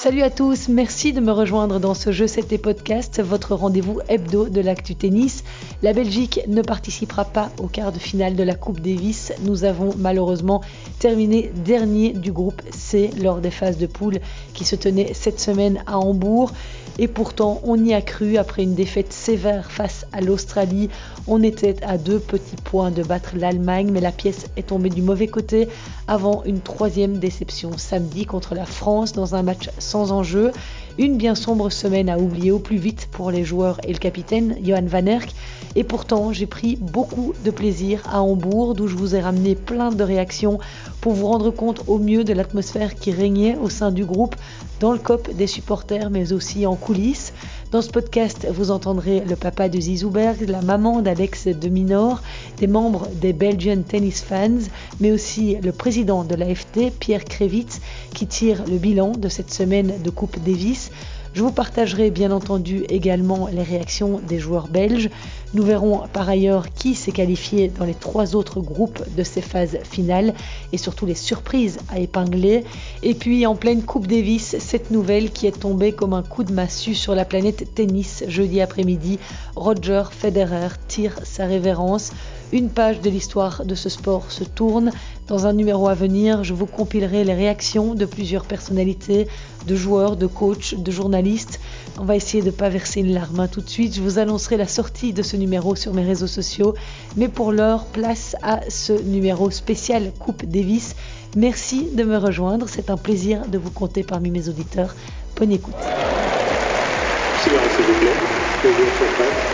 Salut à tous, merci de me rejoindre dans ce Jeu C'était Podcast, votre rendez-vous hebdo de l'actu tennis. La Belgique ne participera pas au quart de finale de la Coupe Davis. Nous avons malheureusement terminé dernier du groupe C lors des phases de poule qui se tenaient cette semaine à Hambourg. Et pourtant, on y a cru après une défaite sévère face à l'Australie. On était à 2 petits points de battre l'Allemagne, mais la pièce est tombée du mauvais côté avant une troisième déception samedi contre la France dans un match sans enjeu. Une bien sombre semaine à oublier au plus vite pour les joueurs et le capitaine, Johan Van Erck. Et pourtant, j'ai pris beaucoup de plaisir à Hambourg, d'où je vous ai ramené plein de réactions pour vous rendre compte au mieux de l'atmosphère qui régnait au sein du groupe, dans le COP des supporters, mais aussi en coulisses. Dans ce podcast, vous entendrez le papa de Zizou Bergs, la maman d'Alex de Minaur, des membres des Belgian Tennis Fans, mais aussi le président de l'AFT, Pierre Krevitz, qui tire le bilan de cette semaine de Coupe Davis. Je vous partagerai bien entendu également les réactions des joueurs belges. Nous verrons par ailleurs qui s'est qualifié dans les 3 autres groupes de ces phases finales et surtout les surprises à épingler. Et puis en pleine Coupe Davis, cette nouvelle qui est tombée comme un coup de massue sur la planète tennis jeudi après-midi. Roger Federer tire sa révérence. Une page de l'histoire de ce sport se tourne. Dans un numéro à venir, je vous compilerai les réactions de plusieurs personnalités, de joueurs, de coachs, de journalistes. On va essayer de ne pas verser une larme tout de suite. Je vous annoncerai la sortie de ce numéro sur mes réseaux sociaux. Mais pour l'heure, place à ce numéro spécial Coupe Davis. Merci de me rejoindre. C'est un plaisir de vous compter parmi mes auditeurs. Bonne écoute. Silence, s'il vous plaît. Les joueurs sont prêts.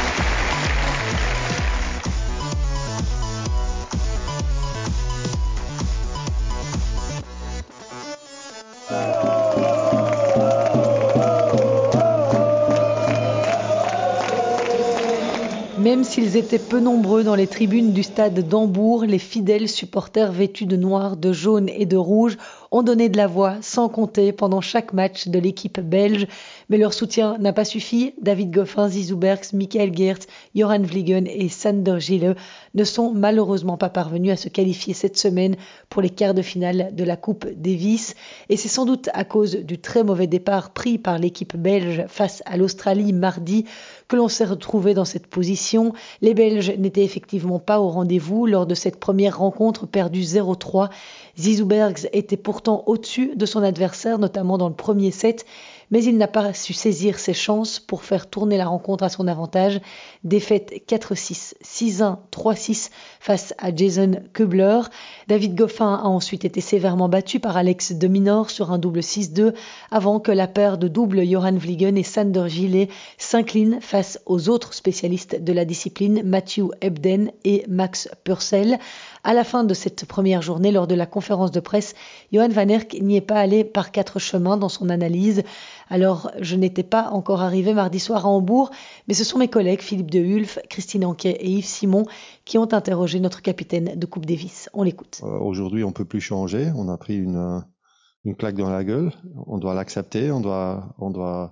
Même s'ils étaient peu nombreux dans les tribunes du stade d'Hambourg, les fidèles supporters vêtus de noir, de jaune et de rouge ont donné de la voix sans compter pendant chaque match de l'équipe belge. Mais leur soutien n'a pas suffi. David Goffin, Zizou Bergs, Michael Geerts, Joran Vliegen et Sander Gille ne sont malheureusement pas parvenus à se qualifier cette semaine pour les quarts de finale de la Coupe Davis. Et c'est sans doute à cause du très mauvais départ pris par l'équipe belge face à l'Australie mardi que l'on s'est retrouvé dans cette position. Les Belges n'étaient effectivement pas au rendez-vous lors de cette première rencontre perdue 0-3. Zizou Bergs était pourtant au-dessus de son adversaire, notamment dans le premier set, mais il n'a pas su saisir ses chances pour faire tourner la rencontre à son avantage. Défaite 4-6, 6-1, 3-6 face à Jason Kubler. David Goffin a ensuite été sévèrement battu par Alex de Minaur sur un double 6-2 avant que la paire de doubles Joran Vliegen et Sander Gille s'incline face aux autres spécialistes de la discipline, Matthew Ebden et Max Purcell. À la fin de cette première journée, lors de la conférence de presse, Johan Van Erck n'y est pas allé par 4 chemins dans son analyse. Alors, je n'étais pas encore arrivé mardi soir à Hambourg, mais ce sont mes collègues Philippe de Hulf, Christine Anquet et Yves Simon qui ont interrogé notre capitaine de Coupe Davis. On l'écoute. Aujourd'hui, on ne peut plus changer. On a pris une claque dans la gueule. On doit l'accepter. On doit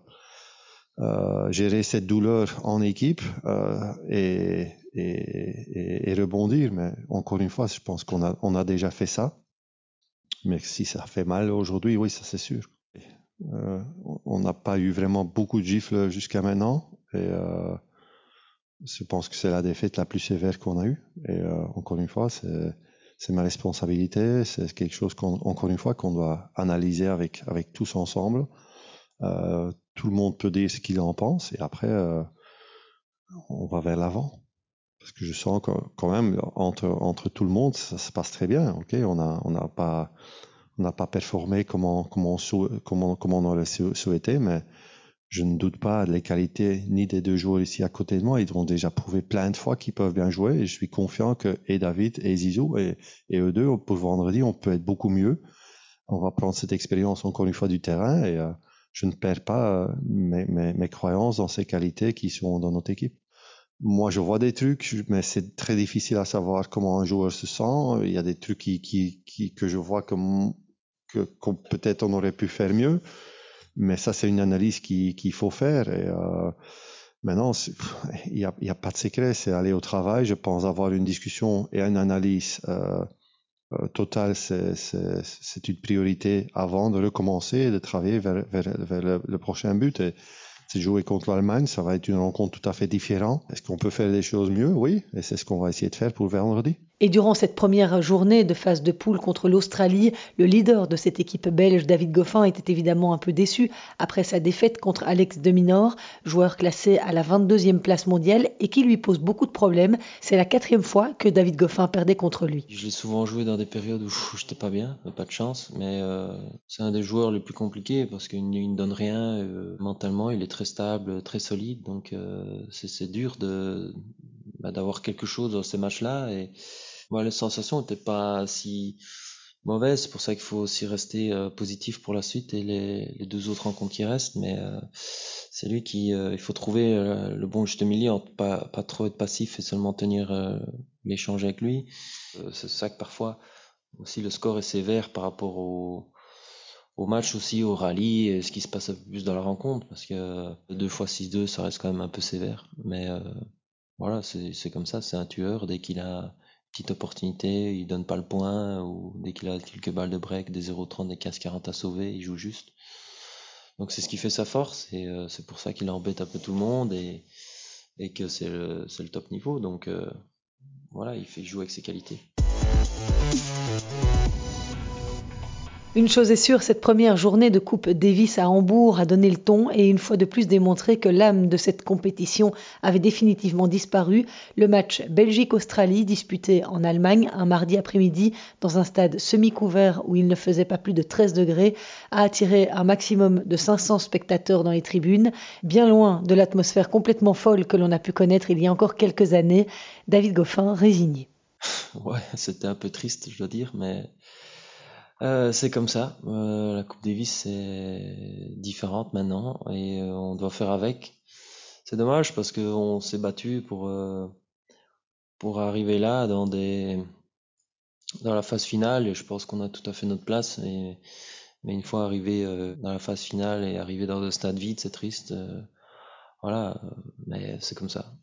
gérer cette douleur en équipe et rebondir. Mais encore une fois, je pense qu'on a déjà fait ça. Mais si ça fait mal aujourd'hui, oui, ça c'est sûr. On n'a pas eu vraiment beaucoup de gifles jusqu'à maintenant. Et je pense que c'est la défaite la plus sévère qu'on a eue. Et encore une fois, c'est ma responsabilité. C'est quelque chose encore une fois qu'on doit analyser avec tous ensemble. Tout le monde peut dire ce qu'il en pense et après on va vers l'avant. Parce que je sens que quand même entre tout le monde ça se passe très bien. Ok, on n'a pas performé comme on aurait souhaité, mais je ne doute pas des qualités ni des 2 joueurs ici à côté de moi. Ils ont déjà prouvé plein de fois qu'ils peuvent bien jouer et je suis confiant que et David et Zizou et eux deux pour vendredi on peut être beaucoup mieux. On va prendre cette expérience encore une fois du terrain et je ne perds pas mes croyances dans ces qualités qui sont dans notre équipe. Moi, je vois des trucs, mais c'est très difficile à savoir comment un joueur se sent. Il y a des trucs que je vois qu'on peut-être on aurait pu faire mieux, mais ça, c'est une analyse qu'il faut faire. Et maintenant, il y a pas de secret, c'est aller au travail. Je pense avoir une discussion et une analyse Total, c'est une priorité avant de recommencer et de travailler vers le prochain but. Et c'est jouer contre l'Allemagne, ça va être une rencontre tout à fait différente. Est-ce qu'on peut faire des choses mieux? Oui, et c'est ce qu'on va essayer de faire pour vendredi. Et durant cette première journée de phase de poule contre l'Australie, le leader de cette équipe belge, David Goffin, était évidemment un peu déçu après sa défaite contre Alex de Minaur, joueur classé à la 22e place mondiale et qui lui pose beaucoup de problèmes. C'est la 4e fois que David Goffin perdait contre lui. Je l'ai souvent joué dans des périodes où j'étais pas bien, pas de chance, mais c'est un des joueurs les plus compliqués parce qu'il ne donne rien. Mentalement, il est très stable, très solide, donc c'est dur d'avoir quelque chose dans ces matchs-là. Et les sensations n'étaient pas si mauvaises, c'est pour ça qu'il faut aussi rester positif pour la suite et les 2 autres rencontres qui restent. Mais c'est lui il faut trouver le bon juste milieu entre pas trop être passif et seulement tenir l'échange avec lui. C'est ça que parfois aussi le score est sévère par rapport au match aussi, au rallye et ce qui se passe un peu plus dans la rencontre parce que 2 fois 6-2 ça reste quand même un peu sévère. Mais voilà, c'est comme ça, c'est un tueur. Dès qu'il a une petite opportunité, il donne pas le point, ou dès qu'il a quelques balles de break, des 0,30, des 15-40 à sauver, il joue juste. Donc c'est ce qui fait sa force, et c'est pour ça qu'il embête un peu tout le monde, et que c'est le top niveau. Donc voilà, il joue avec ses qualités. Une chose est sûre, cette première journée de Coupe Davis à Hambourg a donné le ton et une fois de plus démontré que l'âme de cette compétition avait définitivement disparu. Le match Belgique-Australie, disputé en Allemagne un mardi après-midi dans un stade semi-couvert où il ne faisait pas plus de 13 degrés, a attiré un maximum de 500 spectateurs dans les tribunes, bien loin de l'atmosphère complètement folle que l'on a pu connaître il y a encore quelques années. David Goffin, résigné. Ouais, c'était un peu triste, je dois dire, mais c'est comme ça. La Coupe Davis est différente maintenant et on doit faire avec. C'est dommage parce qu'on s'est battu pour arriver là dans la phase finale, et je pense qu'on a tout à fait notre place. Mais une fois arrivé dans la phase finale et arrivé dans le stade vide, c'est triste. Voilà, mais c'est comme ça.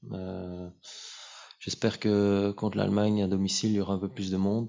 J'espère que contre l'Allemagne à domicile, il y aura un peu plus de monde,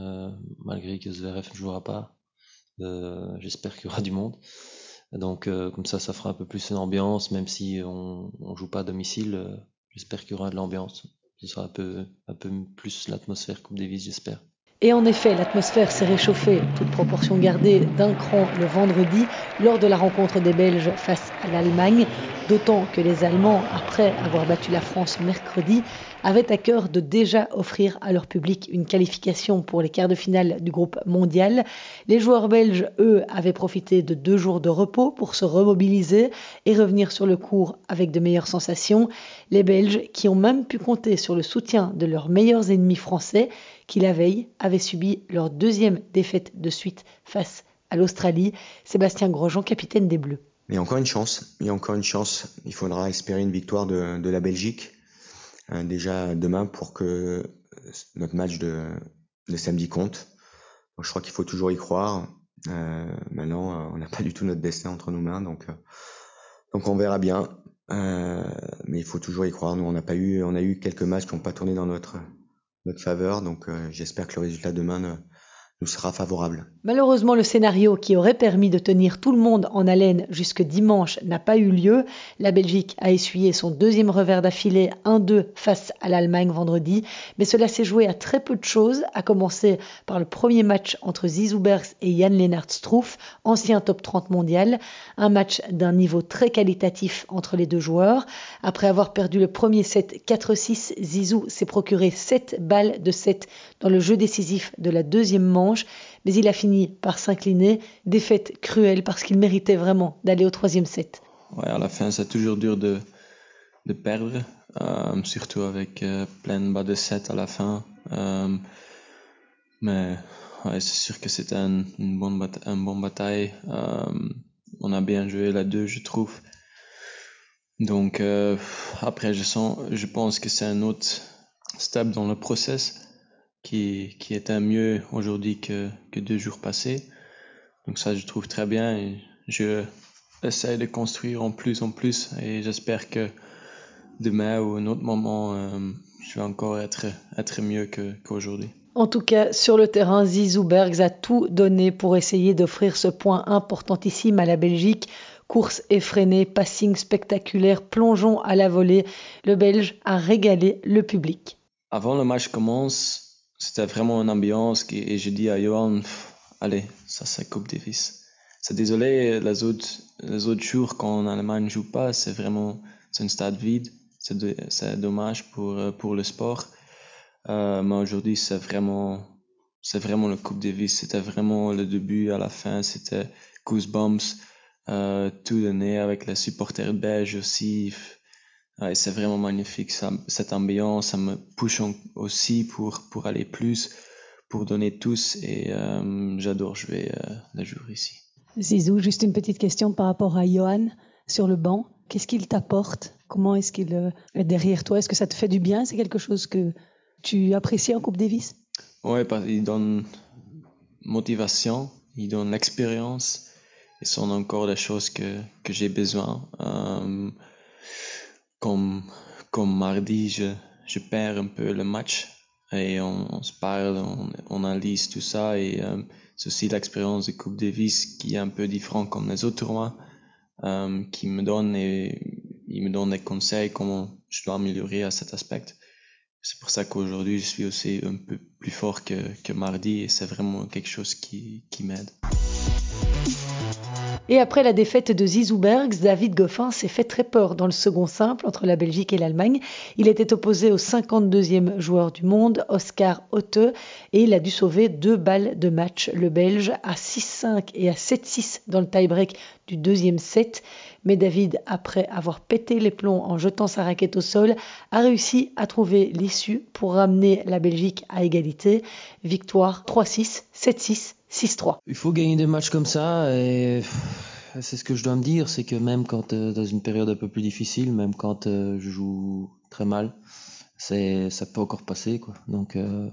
malgré que Zverev ne jouera pas. J'espère qu'il y aura du monde. Donc comme ça fera un peu plus une ambiance, même si on joue pas à domicile. J'espère qu'il y aura de l'ambiance. Ce sera un peu plus l'atmosphère Coupe Davis, j'espère. Et en effet, l'atmosphère s'est réchauffée, toute proportion gardée, d'un cran le vendredi, lors de la rencontre des Belges face à l'Allemagne, d'autant que les Allemands, après avoir battu la France mercredi, avaient à cœur de déjà offrir à leur public une qualification pour les quarts de finale du groupe mondial. Les joueurs belges, eux, avaient profité de 2 jours de repos pour se remobiliser et revenir sur le court avec de meilleures sensations. Les Belges, qui ont même pu compter sur le soutien de leurs meilleurs ennemis français, qui la veille avaient subi leur 2e défaite de suite face à l'Australie. Sébastien Grosjean, capitaine des Bleus. Mais encore une chance, il faudra espérer une victoire de la Belgique déjà demain pour que notre match de samedi compte. Donc, je crois qu'il faut toujours y croire. Maintenant, on n'a pas du tout notre destin entre nos mains, donc on verra bien. Mais il faut toujours y croire. Nous, on a eu quelques matchs qui n'ont pas tourné dans notre faveur, donc j'espère que le résultat demain nous sera favorable. Malheureusement, le scénario qui aurait permis de tenir tout le monde en haleine jusque dimanche n'a pas eu lieu. La Belgique a essuyé son 2e revers d'affilée 1-2 face à l'Allemagne vendredi, mais cela s'est joué à très peu de choses, à commencer par le premier match entre Zizou Bergs et Jan-Lennard Struff, ancien top 30 mondial, un match d'un niveau très qualitatif entre les deux joueurs. Après avoir perdu le premier set 4-6, Zizou s'est procuré 7 balles de 7 dans le jeu décisif de la 2e manche, mais il a fini par s'incliner. Défaite cruelle parce qu'il méritait vraiment d'aller au 3e set. Ouais, à la fin, c'est toujours dur de perdre, surtout avec plein de bas de 7 à la fin. Mais ouais, c'est sûr que c'était une bonne bataille. On a bien joué la 2, je trouve. Donc après, je pense que c'est un autre step dans le process qui est un mieux aujourd'hui que 2 jours passés. Donc ça, je trouve très bien, et je essaie de construire en plus et j'espère que demain ou un autre moment, je vais encore être mieux qu'aujourd'hui. En tout cas, sur le terrain, Zizou Bergs a tout donné pour essayer d'offrir ce point importantissime à la Belgique. Course effrénée, passing spectaculaire, plongeon à la volée. Le Belge a régalé le public. Avant le match commence, c'était vraiment une ambiance et j'ai dit à Johan, allez, ça c'est Coupe Davis. C'est désolé, les autres jours quand en Allemagne ne joue pas, c'est un stade vide. C'est dommage pour le sport. Mais aujourd'hui, c'est vraiment le Coupe Davis. C'était vraiment le début à la fin. C'était goosebumps, tout donné avec les supporters belges aussi. Ouais, c'est vraiment magnifique. Cette ambiance, ça me pousse aussi pour aller plus, pour donner tous. Et j'adore jouer les jours ici. Zizou, juste une petite question par rapport à Johan sur le banc. Qu'est-ce qu'il t'apporte? Comment est-ce qu'il est derrière toi? Est-ce que ça te fait du bien? C'est quelque chose que tu apprécies en Coupe Davis? Ouais, il donne motivation, il donne l'expérience. Et ce sont encore des choses que j'ai besoin. Comme mardi, je perds un peu le match et on se parle, on analyse tout ça et c'est aussi l'expérience de Coupe Davis qui est un peu différent comme les autres tournois, qui me donne il me donne des conseils comment je dois améliorer à cet aspect. C'est pour ça qu'aujourd'hui je suis aussi un peu plus fort que mardi et c'est vraiment quelque chose qui m'aide. Et après la défaite de Zizou Bergs, David Goffin s'est fait très peur dans le second simple entre la Belgique et l'Allemagne. Il était opposé au 52e joueur du monde, Oscar Otte, et il a dû sauver 2 balles de match, le Belge, à 6-5 et à 7-6 dans le tie-break du deuxième set. Mais David, après avoir pété les plombs en jetant sa raquette au sol, a réussi à trouver l'issue pour ramener la Belgique à égalité. Victoire 3-6, 7-6. 6-3. Il faut gagner des matchs comme ça et c'est ce que je dois me dire, c'est que même quand dans une période un peu plus difficile, même quand je joue très mal, ça peut encore passer quoi. Donc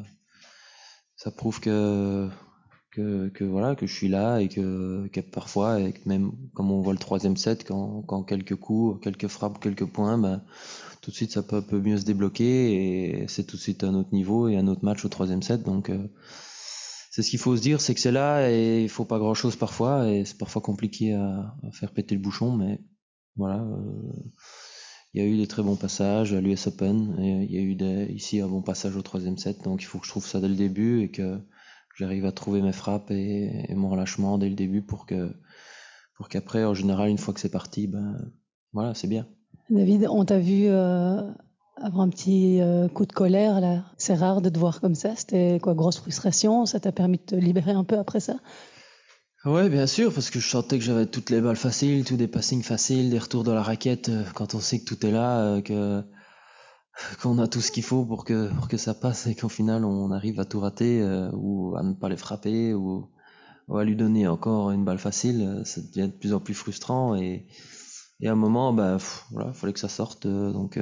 ça prouve que voilà que je suis là et que parfois et que même comme on voit le troisième set quand quelques coups, quelques frappes, quelques points, ben tout de suite ça peut un peu mieux se débloquer et c'est tout de suite un autre niveau et un autre match au troisième set donc c'est ce qu'il faut se dire, c'est que c'est là et il faut pas grand chose parfois et c'est parfois compliqué à faire péter le bouchon, mais voilà. Il y a eu des très bons passages à l'US Open et il y a eu ici un bon passage au troisième set, donc il faut que je trouve ça dès le début et que j'arrive à trouver mes frappes et mon relâchement dès le début pour qu'après, en général, une fois que c'est parti, ben voilà, c'est bien. David, on t'a vu avoir un petit coup de colère là. C'est rare de te voir comme ça. C'était quoi, grosse frustration? Ça t'a permis de te libérer un peu après ça? Ouais, bien sûr, parce que je sentais que j'avais toutes les balles faciles, tous des passings faciles, des retours dans la raquette, quand on sait que tout est là, qu'on a tout ce qu'il faut pour que ça passe et qu'au final on arrive à tout rater ou à ne pas les frapper ou à lui donner encore une balle facile, ça devient de plus en plus frustrant et à un moment bah voilà, fallait que ça sorte donc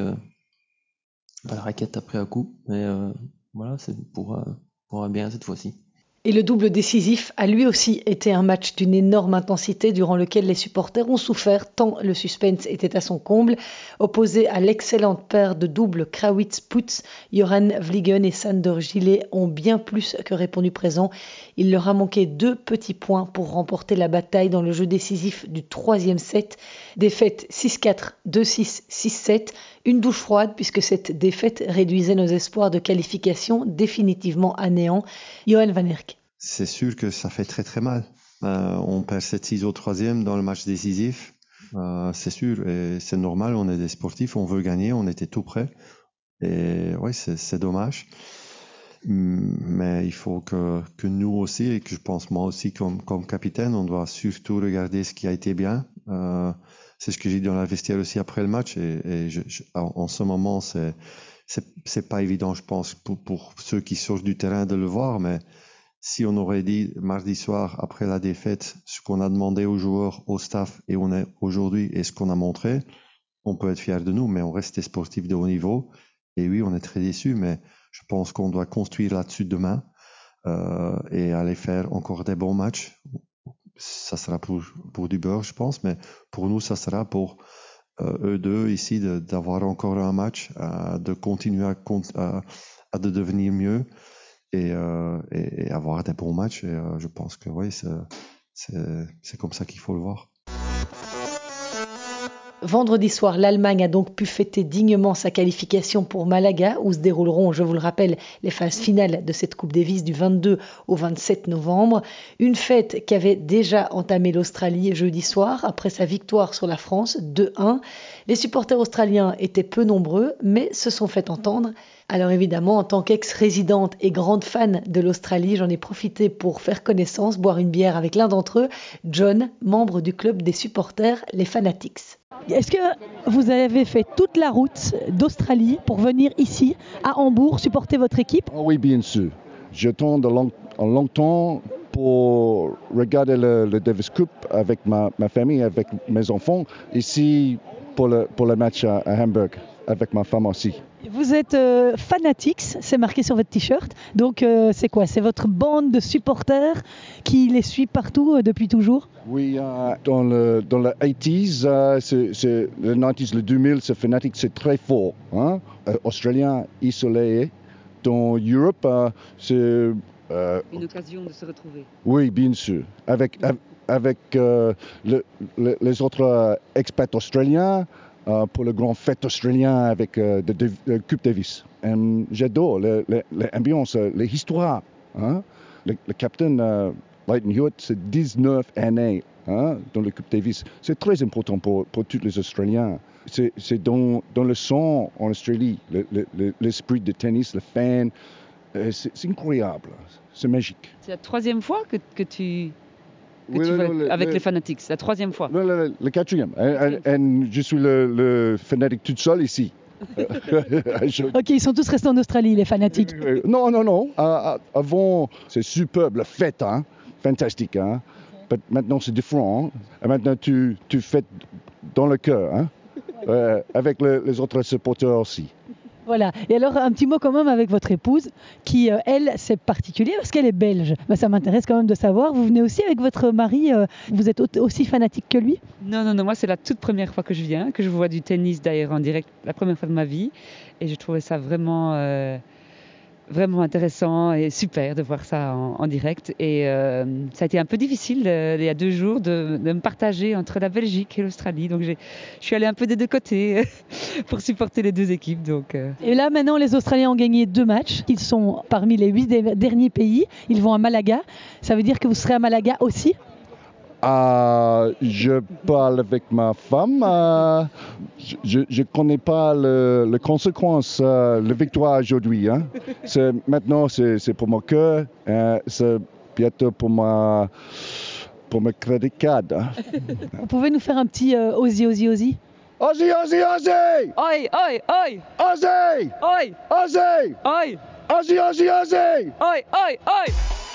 la raquette a pris un coup mais voilà, c'est pour un bien cette fois-ci. Et le double décisif a lui aussi été un match d'une énorme intensité durant lequel les supporters ont souffert tant le suspense était à son comble. Opposé à l'excellente paire de double Krawitz-Putz, Joran Vliegen et Sander Gillet ont bien plus que répondu présent. Il leur a manqué 2 petits points pour remporter la bataille dans le jeu décisif du troisième set. Défaite 6-4, 2-6, 6-7. Une douche froide puisque cette défaite réduisait nos espoirs de qualification définitivement à néant. Johan Van Erck. C'est sûr que ça fait très très mal. On perd 7-6 au troisième dans le match décisif. C'est sûr, et c'est normal, on est des sportifs, on veut gagner, on était tout prêt. Et oui, c'est dommage. Mais il faut que nous aussi, et que je pense moi aussi comme capitaine, on doit surtout regarder ce qui a été bien. C'est ce que j'ai dit dans la vestiaire aussi après le match. Et en ce moment, c'est pas évident, je pense, pour ceux qui sortent du terrain de le voir, mais si on aurait dit mardi soir, après la défaite, ce qu'on a demandé aux joueurs, au staff, et on est aujourd'hui, et ce qu'on a montré, on peut être fier de nous, mais on reste des sportifs de haut niveau. Et oui, on est très déçus, mais je pense qu'on doit construire là-dessus demain et aller faire encore des bons matchs. Ça sera pour du beurre, je pense, mais pour nous, ça sera pour eux deux ici d'avoir encore un match, de continuer à de devenir mieux. et avoir des bons matchs. Et je pense que oui, c'est comme ça qu'il faut le voir. Vendredi soir, l'Allemagne a donc pu fêter dignement sa qualification pour Malaga, où se dérouleront, je vous le rappelle, les phases finales de cette Coupe Davis du 22 au 27 novembre. Une fête qu'avait déjà entamé l'Australie jeudi soir, après sa victoire sur la France, 2-1. Les supporters australiens étaient peu nombreux, mais se sont fait entendre. Alors évidemment, en tant qu'ex-résidente et grande fan de l'Australie, j'en ai profité pour faire connaissance, boire une bière avec l'un d'entre eux, John, membre du club des supporters, les Fanatics. Est-ce que vous avez fait toute la route d'Australie pour venir ici, à Hambourg, supporter votre équipe? Oh oui, bien sûr. J'attends longtemps pour regarder le Davis Cup avec ma famille, avec mes enfants, ici pour le match à Hamburg, avec ma femme aussi. Vous êtes Fanatics, c'est marqué sur votre t-shirt. Donc c'est quoi? C'est votre bande de supporters qui les suit partout depuis toujours? Oui, dans le 80s, c'est le 90s, le 2000, ce Fanatics c'est très fort. Hein? Australien isolé. Dans l'Europe, c'est... une occasion de se retrouver. Oui, bien sûr. Avec les autres expats australiens, pour le grand fête australien avec la Coupe Davis. J'adore l'ambiance, les histoires. Hein? Le capitaine Leighton Hewitt, c'est 19 années dans la Coupe Davis. C'est très important pour tous les Australiens. C'est dans le sang en Australie, l'esprit de tennis, le fan. C'est incroyable, c'est magique. C'est la troisième fois que tu joues avec les Fanatics, la troisième fois. Le quatrième. Et je suis le fanatique tout seul ici. Ok, ils sont tous restés en Australie, les Fanatics. Non. Avant, c'est superbe, la fête, hein? Fantastique. Hein? Maintenant, c'est différent. Et maintenant, tu fêtes dans le cœur, hein? Avec les autres supporters aussi. Voilà. Et alors, un petit mot quand même avec votre épouse, qui, elle, c'est particulier parce qu'elle est belge. Ben, ça m'intéresse quand même de savoir. Vous venez aussi avec votre mari, vous êtes aussi fanatique que lui? Non, moi, c'est la toute première fois que je viens, que je vois du tennis d'ailleurs en direct, la première fois de ma vie. Et je trouvais ça vraiment intéressant et super de voir ça en direct. Et ça a été un peu difficile il y a 2 jours de me partager entre la Belgique et l'Australie. Donc je suis allée un peu des deux côtés pour supporter les deux équipes. Donc, Et là maintenant les Australiens ont gagné 2 matchs. Ils sont parmi les 8 derniers pays. Ils vont à Malaga. Ça veut dire que vous serez à Malaga aussi? Je parle avec ma femme. Je ne connais pas les conséquences, la victoire aujourd'hui. Hein. Maintenant, c'est pour mon cœur. C'est bientôt pour ma crédit card. Hein. Vous pouvez nous faire un petit Aussie? Aussie! Oi, oi, oi! Aussie! Oi! Aussie! Oi! Aussie! Oi, oi, oi!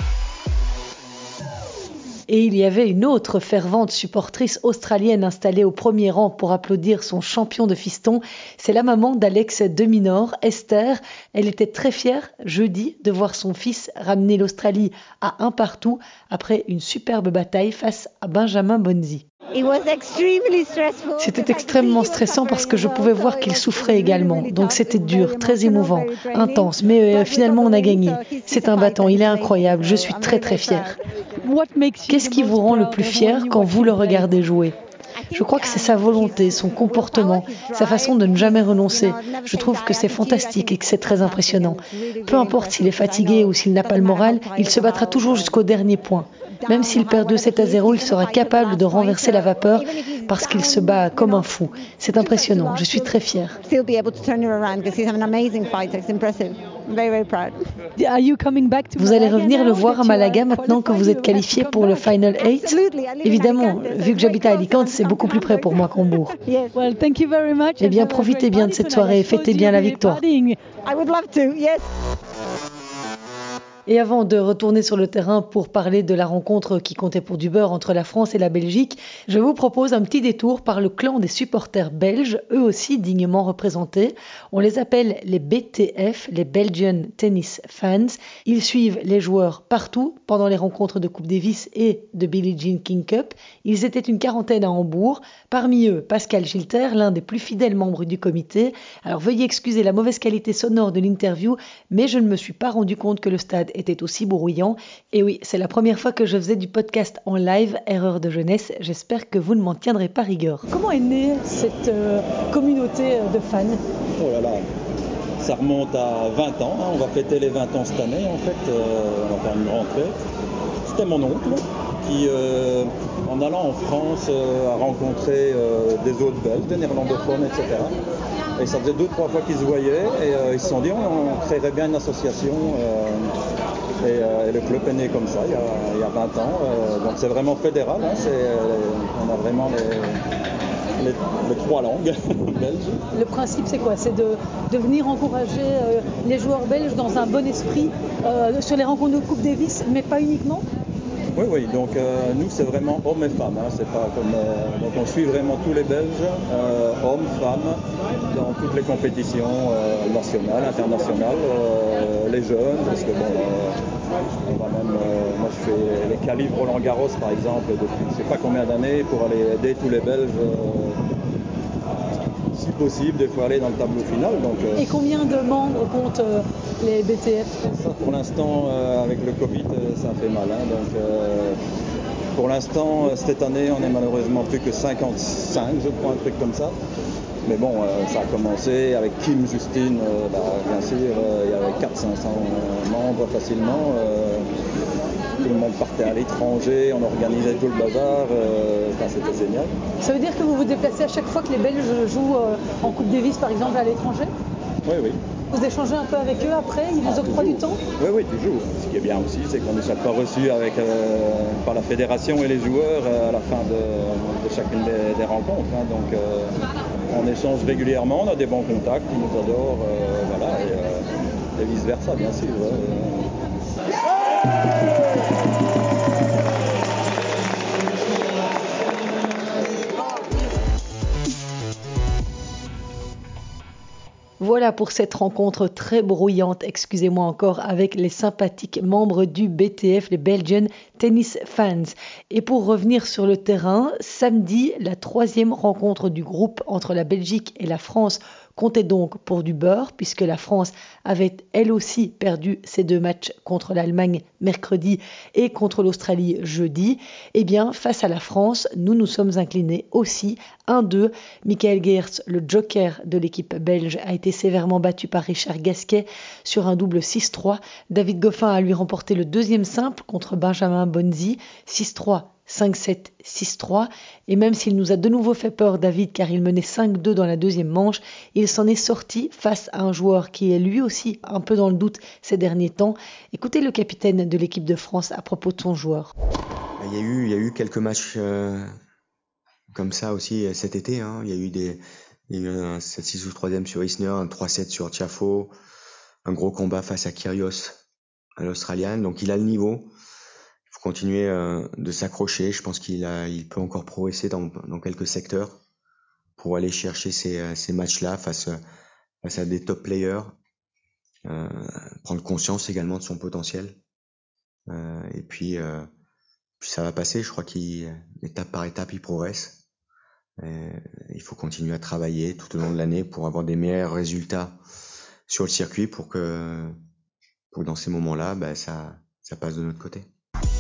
Et il y avait une autre fervente supportrice australienne installée au premier rang pour applaudir son champion de fiston. C'est la maman d'Alex de Minaur, Esther. Elle était très fière jeudi de voir son fils ramener l'Australie à 1-1 après une superbe bataille face à Benjamin Bonzi. C'était extrêmement stressant parce que je pouvais voir qu'il souffrait également. Donc c'était dur, très émouvant, intense. Mais finalement on a gagné. C'est un battant, il est incroyable. Je suis très très fière. Qu'est-ce qui vous rend le plus fier quand vous le regardez jouer ? Je crois que c'est sa volonté, son comportement, sa façon de ne jamais renoncer. Je trouve que c'est fantastique et que c'est très impressionnant. Peu importe s'il est fatigué ou s'il n'a pas le moral, il se battra toujours jusqu'au dernier point. Même s'il perd 2-7-0, il sera capable de renverser la vapeur parce qu'il se bat comme un fou. C'est impressionnant, je suis très fière. Vous allez revenir le voir à Malaga maintenant que vous êtes qualifié pour le Final 8 ? Évidemment, vu que j'habite à Alicante, c'est beaucoup plus près pour moi qu'Hambourg. Eh bien, profitez bien de cette soirée et fêtez bien la victoire. Et avant de retourner sur le terrain pour parler de la rencontre qui comptait pour du beurre entre la France et la Belgique, je vous propose un petit détour par le clan des supporters belges, eux aussi dignement représentés. On les appelle les BTF, les Belgian Tennis Fans. Ils suivent les joueurs partout pendant les rencontres de Coupe Davis et de Billie Jean King Cup. Ils étaient une quarantaine à Hambourg. Parmi eux, Pascal Gilter, l'un des plus fidèles membres du comité. Alors veuillez excuser la mauvaise qualité sonore de l'interview, mais je ne me suis pas rendu compte que le stade était aussi bruyant. Et oui, c'est la première fois que je faisais du podcast en live, erreur de jeunesse. J'espère que vous ne m'en tiendrez pas rigueur. Comment est née cette communauté de fans? Oh là là, ça remonte à 20 ans, hein. On va fêter les 20 ans cette année en fait, on va faire une grande fête. C'était mon oncle qui, en allant en France, a rencontré des autres Belges, des néerlandophones, etc. Et ça faisait 2-3 fois qu'ils se voyaient et ils se sont dit on créerait bien une association et le club est né comme ça il y a 20 ans. Donc c'est vraiment fédéral, hein, on a vraiment les 3 langues belges. Le principe c'est quoi? C'est de venir encourager les joueurs belges dans un bon esprit sur les rencontres de Coupe Davis, mais pas uniquement? Oui, donc nous c'est vraiment hommes et femmes, hein, c'est pas comme, donc on suit vraiment tous les Belges, hommes, femmes, dans toutes les compétitions nationales, internationales, les jeunes, parce que bon, on va même, moi je fais les qualifs Roland Garros par exemple depuis je sais pas combien d'années pour aller aider tous les Belges. Si possible, des fois aller dans le tableau final. Donc, et combien de membres comptent les BTF? Ça, pour l'instant, avec le Covid, ça fait mal. Hein, donc, pour l'instant, cette année, on est malheureusement plus que 55, je crois, un truc comme ça. Mais bon, ça a commencé avec Kim Justine, bien sûr, il y avait 400-500 membres facilement. Tout le monde partait à l'étranger, on organisait tout le bazar, c'était génial. Ça veut dire que vous vous déplacez à chaque fois que les Belges jouent en Coupe Davis par exemple à l'étranger? Oui. Vous échangez un peu avec eux après? Ils vous octroient du temps? Oui, toujours. Ce qui est bien aussi, c'est qu'on est chaque fois reçu par la fédération et les joueurs à la fin de chacune des rencontres. Hein. Donc on échange régulièrement, on a des bons contacts, ils nous adorent, voilà, et vice-versa, bien sûr. Voilà pour cette rencontre très bruyante, excusez-moi encore, avec les sympathiques membres du BTF, les Belgian Tennis Fans. Et pour revenir sur le terrain, samedi, la 3e rencontre du groupe entre la Belgique et la France comptait donc pour du beurre, puisque la France avait elle aussi perdu ses 2 matchs contre l'Allemagne mercredi et contre l'Australie jeudi. Eh bien, face à la France, nous sommes inclinés aussi 1-2. Michael Geerts, le joker de l'équipe belge, a été sévèrement battu par Richard Gasquet sur un double 6-3. David Goffin a lui remporté le 2e simple contre Benjamin Bonzi, 6-3. 5-7, 6-3, et même s'il nous a de nouveau fait peur, David, car il menait 5-2 dans la 2e manche, il s'en est sorti face à un joueur qui est lui aussi un peu dans le doute ces derniers temps. Écoutez le capitaine de l'équipe de France à propos de son joueur. Il y a eu quelques matchs comme ça aussi cet été. Hein. Il y a eu un 7-6 ou 3e sur Isner, un 3-7 sur Tiafoe, un gros combat face à Kyrgios, à l'Australian. Donc il a le niveau. Il faut continuer de s'accrocher. Je pense qu'il peut encore progresser dans quelques secteurs pour aller chercher ces matchs-là face à des top players. Prendre conscience également de son potentiel. Et puis ça va passer. Je crois qu'étape par étape, il progresse. Il faut continuer à travailler tout au long de l'année pour avoir des meilleurs résultats sur le circuit pour que dans ces moments-là, ça passe de notre côté.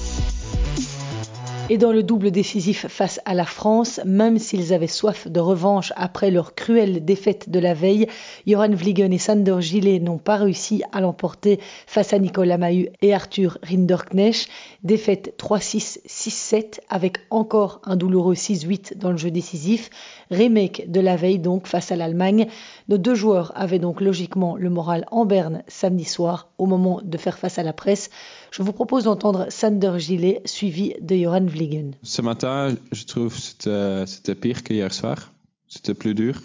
Et dans le double décisif face à la France, même s'ils avaient soif de revanche après leur cruelle défaite de la veille, Johan Vliegen et Sander Gillet n'ont pas réussi à l'emporter face à Nicolas Mahut et Arthur Rinderknecht. Défaite 3-6, 6-7 avec encore un douloureux 6-8 dans le jeu décisif. Remake de la veille donc face à l'Allemagne. Nos 2 joueurs avaient donc logiquement le moral en berne samedi soir au moment de faire face à la presse. Je vous propose d'entendre Sander Gillet suivi de Johan Vliegen. Ce matin, je trouve que c'était pire que hier soir. C'était plus dur.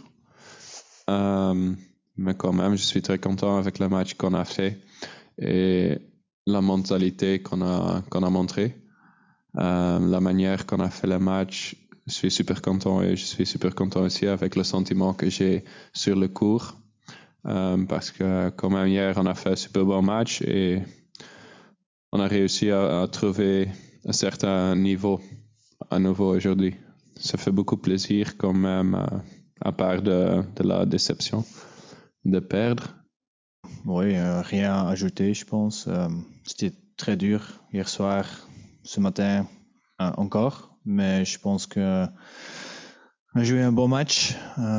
Mais quand même, je suis très content avec le match qu'on a fait. Et la mentalité qu'on a montrée, la manière qu'on a fait le match. Je suis super content et je suis super content aussi avec le sentiment que j'ai sur le court, parce que quand même hier on a fait un super bon match et on a réussi à trouver un certain niveau à nouveau aujourd'hui. Ça fait beaucoup plaisir quand même, à part de la déception de perdre. Oui, rien à ajouter, je pense. C'était très dur hier soir, ce matin encore, mais je pense qu'on a joué un bon match.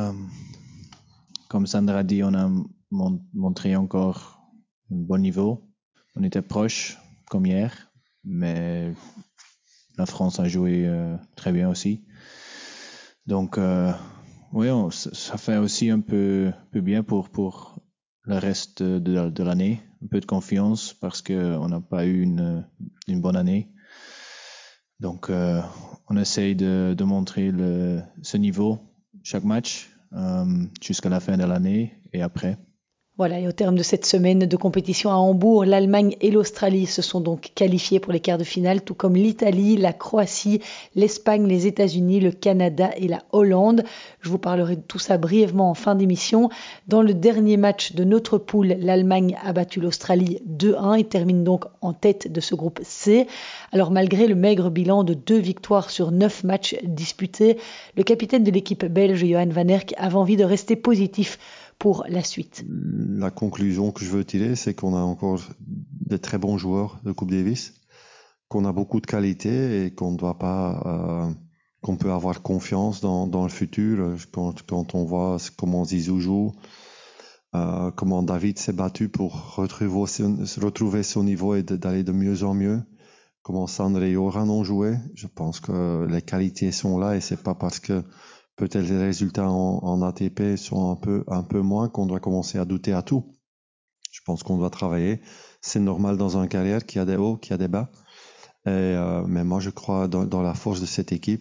Comme Sandra a dit, on a montré encore un bon niveau. On était proche, comme hier, mais la France a joué très bien aussi. Donc, oui, ça fait aussi un peu bien pour le reste de l'année. Un peu de confiance parce qu'on n'a pas eu une bonne année. Donc, on essaye de montrer ce niveau chaque match jusqu'à la fin de l'année et après. Voilà, et au terme de cette semaine de compétition à Hambourg, l'Allemagne et l'Australie se sont donc qualifiés pour les quarts de finale, tout comme l'Italie, la Croatie, l'Espagne, les États-Unis, le Canada et la Hollande. Je vous parlerai de tout ça brièvement en fin d'émission. Dans le dernier match de notre poule, l'Allemagne a battu l'Australie 2-1 et termine donc en tête de ce groupe C. Alors malgré le maigre bilan de 2 victoires sur 9 matchs disputés, le capitaine de l'équipe belge, Johan van Erck, avait envie de rester positif pour la suite. La conclusion que je veux tirer, c'est qu'on a encore de très bons joueurs de Coupe Davis, qu'on a beaucoup de qualité et qu'on ne doit pas, qu'on peut avoir confiance dans le futur. Quand on voit comment Zizou joue, comment David s'est battu pour retrouver son niveau et d'aller de mieux en mieux, comment Sandra et Joran ont joué. Je pense que les qualités sont là et c'est pas parce que peut-être les résultats en ATP sont un peu moins qu'on doit commencer à douter à tout. Je pense qu'on doit travailler. C'est normal dans une carrière qu'il y a des hauts, qu'il y a des bas. Mais moi, je crois dans la force de cette équipe.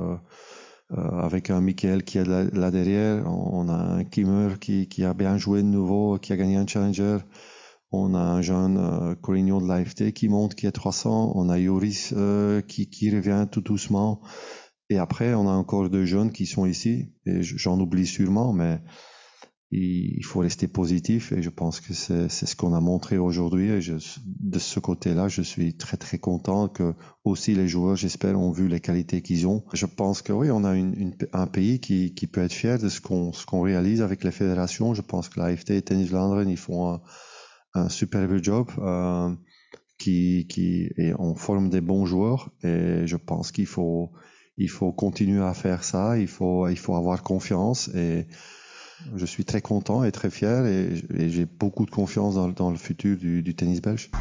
Avec un Michael qui est là derrière. On a un Kimmer qui a bien joué de nouveau, qui a gagné un Challenger. On a un jeune Corignon de l'AFT qui monte, qui est 300. On a Joris qui revient tout doucement. Et après, on a encore 2 jeunes qui sont ici, et j'en oublie sûrement, mais il faut rester positif, et je pense que c'est ce qu'on a montré aujourd'hui, et de ce côté-là, je suis très très content que aussi les joueurs, j'espère, ont vu les qualités qu'ils ont. Je pense que oui, on a un pays qui peut être fier de ce qu'on réalise avec les fédérations. Je pense que l'AFT et Tennis Vlaanderen, ils font un superbe job, et on forme des bons joueurs, et je pense qu'il faut continuer à faire ça, il faut avoir confiance, et je suis très content et très fier, et j'ai beaucoup de confiance dans le futur du tennis belge.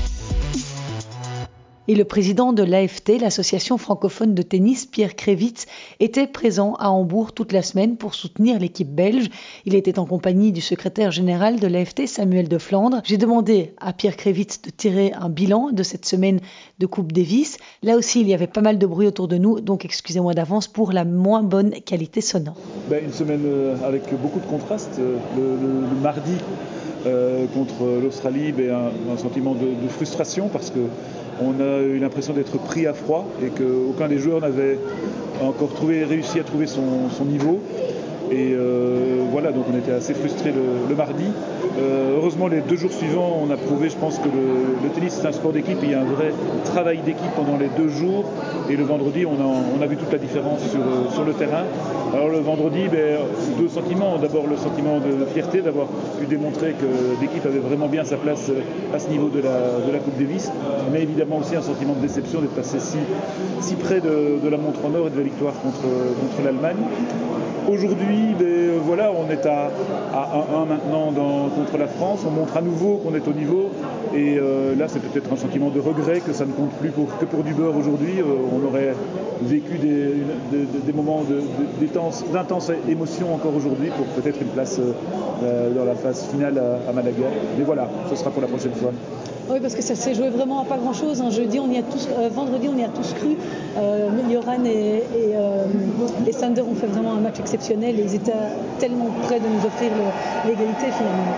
Et le président de l'AFT, l'association francophone de tennis, Pierre Krevits, était présent à Hambourg toute la semaine pour soutenir l'équipe belge. Il était en compagnie du secrétaire général de l'AFT, Samuel de Flandre. J'ai demandé à Pierre Krevits de tirer un bilan de cette semaine de Coupe Davis. Là aussi, il y avait pas mal de bruit autour de nous, donc excusez-moi d'avance pour la moins bonne qualité sonore. Une semaine avec beaucoup de contrastes. Le mardi contre l'Australie, un sentiment de frustration parce que on a eu l'impression d'être pris à froid et qu'aucun des joueurs n'avait encore réussi à trouver son niveau. Et voilà, donc on était assez frustrés le mardi. Heureusement, les 2 jours suivants, on a prouvé, je pense, que le tennis c'est un sport d'équipe. Il y a un vrai travail d'équipe pendant les 2 jours. Et le vendredi, on a vu toute la différence sur le terrain. Alors le vendredi, 2 sentiments. D'abord le sentiment de fierté d'avoir pu démontrer que l'équipe avait vraiment bien sa place à ce niveau de la Coupe Davis. Mais évidemment aussi un sentiment de déception d'être passé si près de la montre en or et de la victoire contre l'Allemagne. Aujourd'hui, voilà, on est à 1-1 maintenant contre la France. On montre à nouveau qu'on est au niveau. Et là, c'est peut-être un sentiment de regret que ça ne compte plus que pour du beurre aujourd'hui. On aurait vécu des moments d'intense émotion encore aujourd'hui pour peut-être une place dans la phase finale à Malaga. Mais voilà, ce sera pour la prochaine fois. Oui, parce que ça s'est joué vraiment à pas grand-chose. Vendredi, on y a tous cru. Joran et Sander ont fait vraiment un match exceptionnel et ils étaient tellement près de nous offrir l'égalité finalement.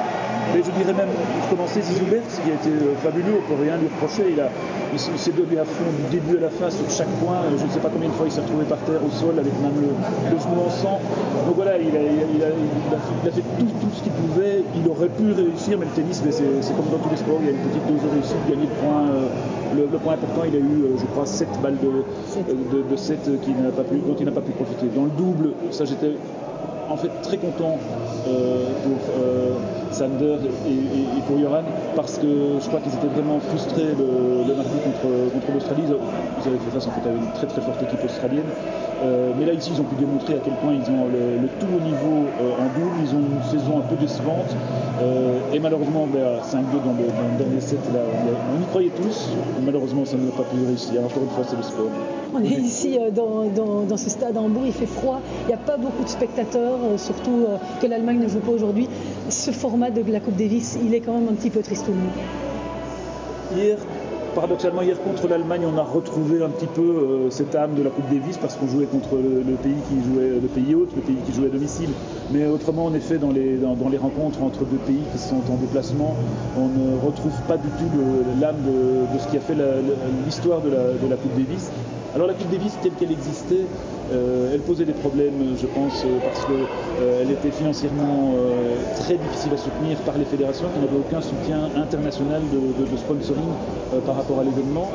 Mais je dirais même, pour commencer, Zizou-Bergs, qui a été fabuleux, on ne peut rien lui reprocher. Il s'est donné à fond du début à la fin sur chaque point. Je ne sais pas combien de fois il s'est retrouvé par terre, au sol, avec même le genou en sang. Donc voilà, il a fait tout ce qu'il pouvait. Il aurait pu réussir, mais le tennis, c'est comme dans tous les sports, il y a une petite dose de réussite, gagner le point. Le point important, il a eu, je crois, 7 balles de 7 dont il n'a pas pu profiter. Dans le double, ça j'étais en fait très content pour Sander et pour Yoran, parce que je crois qu'ils étaient vraiment frustrés le mardi contre l'Australie. Ils avaient fait face en fait à une très très forte équipe australienne. Mais là ici ils ont pu démontrer à quel point ils ont le tout haut niveau en double. Ils ont une saison un peu décevante et malheureusement 5-2 dans le dernier set là, on y croyait tous, mais malheureusement ça n'a pas pu réussir. Encore une fois c'est le sport. On est ici dans ce stade à Hambourg, il fait froid, il n'y a pas beaucoup de spectateurs, surtout que l'Allemagne ne joue pas aujourd'hui. Ce format de la Coupe Davis, il est quand même un petit peu tristouné. Paradoxalement, hier contre l'Allemagne, on a retrouvé un petit peu cette âme de la Coupe Davis parce qu'on jouait contre le pays hôte, le pays qui jouait à domicile. Mais autrement, en effet, dans les rencontres entre deux pays qui sont en déplacement, on ne retrouve pas du tout l'âme de ce qui a fait l'histoire de la Coupe Davis. Alors la Coupe Davis telle qu'elle existait, elle posait des problèmes, je pense, parce qu'elle était financièrement très difficile à soutenir par les fédérations qui n'avaient aucun soutien international de sponsoring par rapport à l'événement.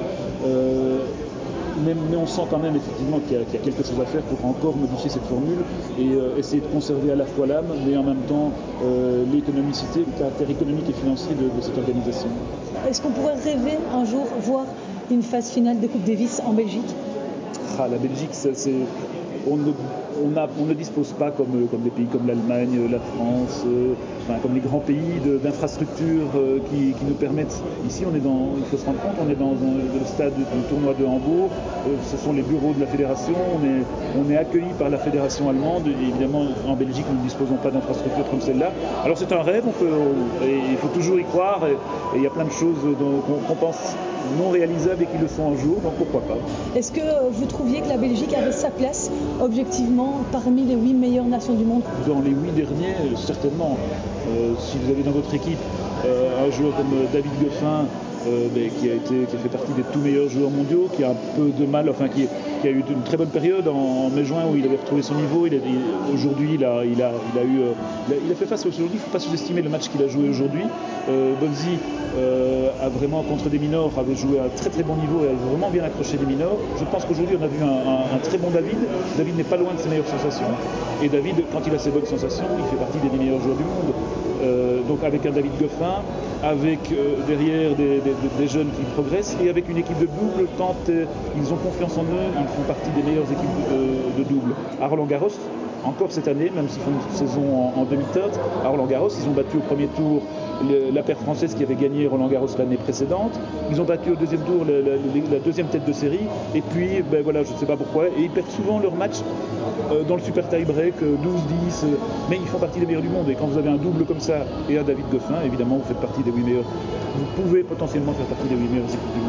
Mais on sent quand même effectivement qu'il y a quelque chose à faire pour encore modifier cette formule et essayer de conserver à la fois l'âme, mais en même temps l'économicité, le caractère économique et financier de cette organisation. Est-ce qu'on pourrait rêver un jour voir une phase finale de Coupe Davis en Belgique? La Belgique, on ne dispose pas comme des pays comme l'Allemagne, la France, comme les grands pays d'infrastructures qui nous permettent. Ici, il faut se rendre compte, on est dans le stade du tournoi de Hambourg. Ce sont les bureaux de la fédération. On est accueilli par la fédération allemande. Et évidemment, en Belgique, nous ne disposons pas d'infrastructures comme celle-là. Alors c'est un rêve, il faut toujours y croire. Et il y a plein de choses qu'on pense non réalisables et qui le sont un jour, donc pourquoi pas. Est-ce que vous trouviez que la Belgique avait sa place, objectivement, parmi les 8 meilleures nations du monde? Dans les 8 derniers, certainement. Si vous avez dans votre équipe un joueur comme David Goffin, qui a fait partie des tout meilleurs joueurs mondiaux, qui a un peu de mal, qui a eu une très bonne période en mai-juin où il avait retrouvé son niveau. Aujourd'hui, il a fait face aujourd'hui. Il ne faut pas sous-estimer le match qu'il a joué aujourd'hui. Bonzi a vraiment, contre des minors, avait joué à un très très bon niveau et a vraiment bien accroché des minors. Je pense qu'aujourd'hui, on a vu un très bon David. David n'est pas loin de ses meilleures sensations. Et David, quand il a ses bonnes sensations, il fait partie des 10 meilleurs joueurs du monde. Donc avec un David Goffin, avec derrière des jeunes qui progressent et avec une équipe de double, quand ils ont confiance en eux, ils font partie des meilleures équipes de double. À Roland-Garros, encore cette année, même s'ils font une saison en demi-teinte, à Roland-Garros, ils ont battu au premier tour la paire française qui avait gagné Roland-Garros l'année précédente. Ils ont battu au deuxième tour la deuxième tête de série. Et puis, je ne sais pas pourquoi. Et ils perdent souvent leur match dans le super tie-break, 12-10. Mais ils font partie des meilleurs du monde. Et quand vous avez un double comme ça et un David Goffin, évidemment, vous faites partie des 8 meilleurs. Vous pouvez potentiellement faire partie des 8 meilleures équipes du monde.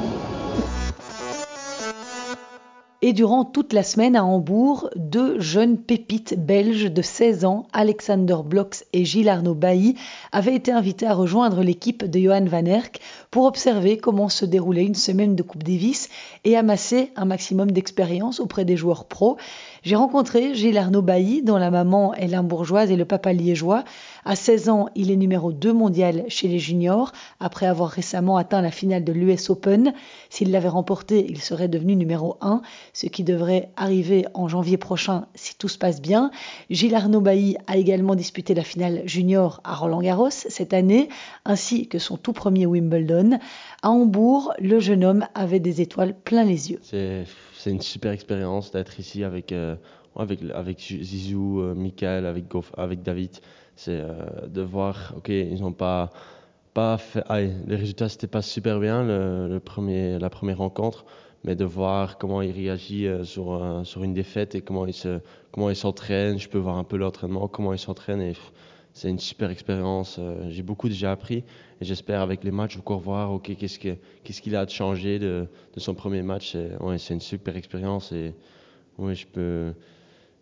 Et durant toute la semaine à Hambourg, 2 jeunes pépites belges de 16 ans, Alexander Bloks et Gilles Arnaud Bailly, avaient été invités à rejoindre l'équipe de Johan Van Erck pour observer comment se déroulait une semaine de Coupe Davis et amasser un maximum d'expérience auprès des joueurs pros. J'ai rencontré Gilles Arnaud Bailly, dont la maman est limbourgeoise et le papa liégeois. À 16 ans, il est numéro 2 mondial chez les juniors, après avoir récemment atteint la finale de l'US Open. S'il l'avait remporté, il serait devenu numéro 1, ce qui devrait arriver en janvier prochain si tout se passe bien. Gilles Arnaud Bailly a également disputé la finale junior à Roland-Garros cette année, ainsi que son tout premier Wimbledon. À Hambourg, le jeune homme avait des étoiles plein les yeux. C'est une super expérience d'être ici avec Zizou, Michael, avec David. C'est de voir, ils n'ont pas fait, les résultats c'était pas super bien la première rencontre, mais de voir comment il réagit sur une défaite et comment il s'entraîne. Je peux voir un peu l'entraînement, comment il s'entraîne, et c'est une super expérience. J'ai beaucoup déjà appris et j'espère avec les matchs encore voir qu'est-ce qu'il a à changer de son premier match. C'est une super expérience et je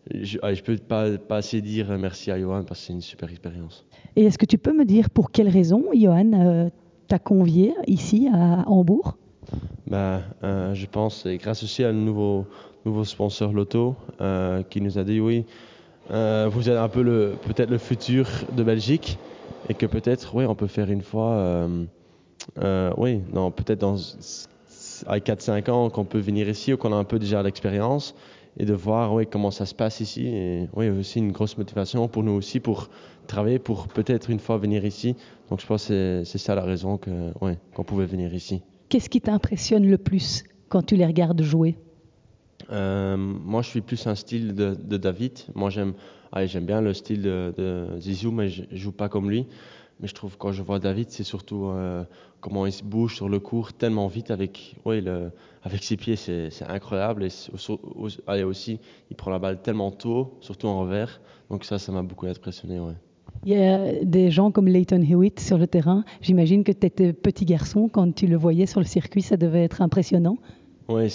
je peux pas assez dire merci à Johan parce que c'est une super expérience. Et est-ce que tu peux me dire pour quelle raison Johan t'a convié ici à Hambourg? Je pense c'est grâce aussi à un nouveau sponsor Lotto qui nous a dit oui, vous êtes un peu peut-être le futur de Belgique et que peut-être oui on peut faire une fois oui non peut-être dans à 4-5 ans qu'on peut venir ici ou qu'on a un peu déjà l'expérience et de voir oui comment ça se passe ici et oui aussi une grosse motivation pour nous aussi pour travailler pour peut-être une fois venir ici. Donc je pense que c'est ça la raison qu'on pouvait venir ici. Qu'est-ce qui t'impressionne le plus quand tu les regardes jouer? Moi, je suis plus un style de David. Moi, j'aime bien le style de Zizou, mais je joue pas comme lui. Mais je trouve quand je vois David, c'est surtout comment il se bouge sur le court tellement vite avec ses pieds, c'est incroyable. Et aussi, il prend la balle tellement tôt, surtout en revers. Donc ça m'a beaucoup impressionné. Ouais. Il y a des gens comme Leighton Hewitt sur le terrain. J'imagine que tu étais petit garçon quand tu le voyais sur le circuit, ça devait être impressionnant. Oui,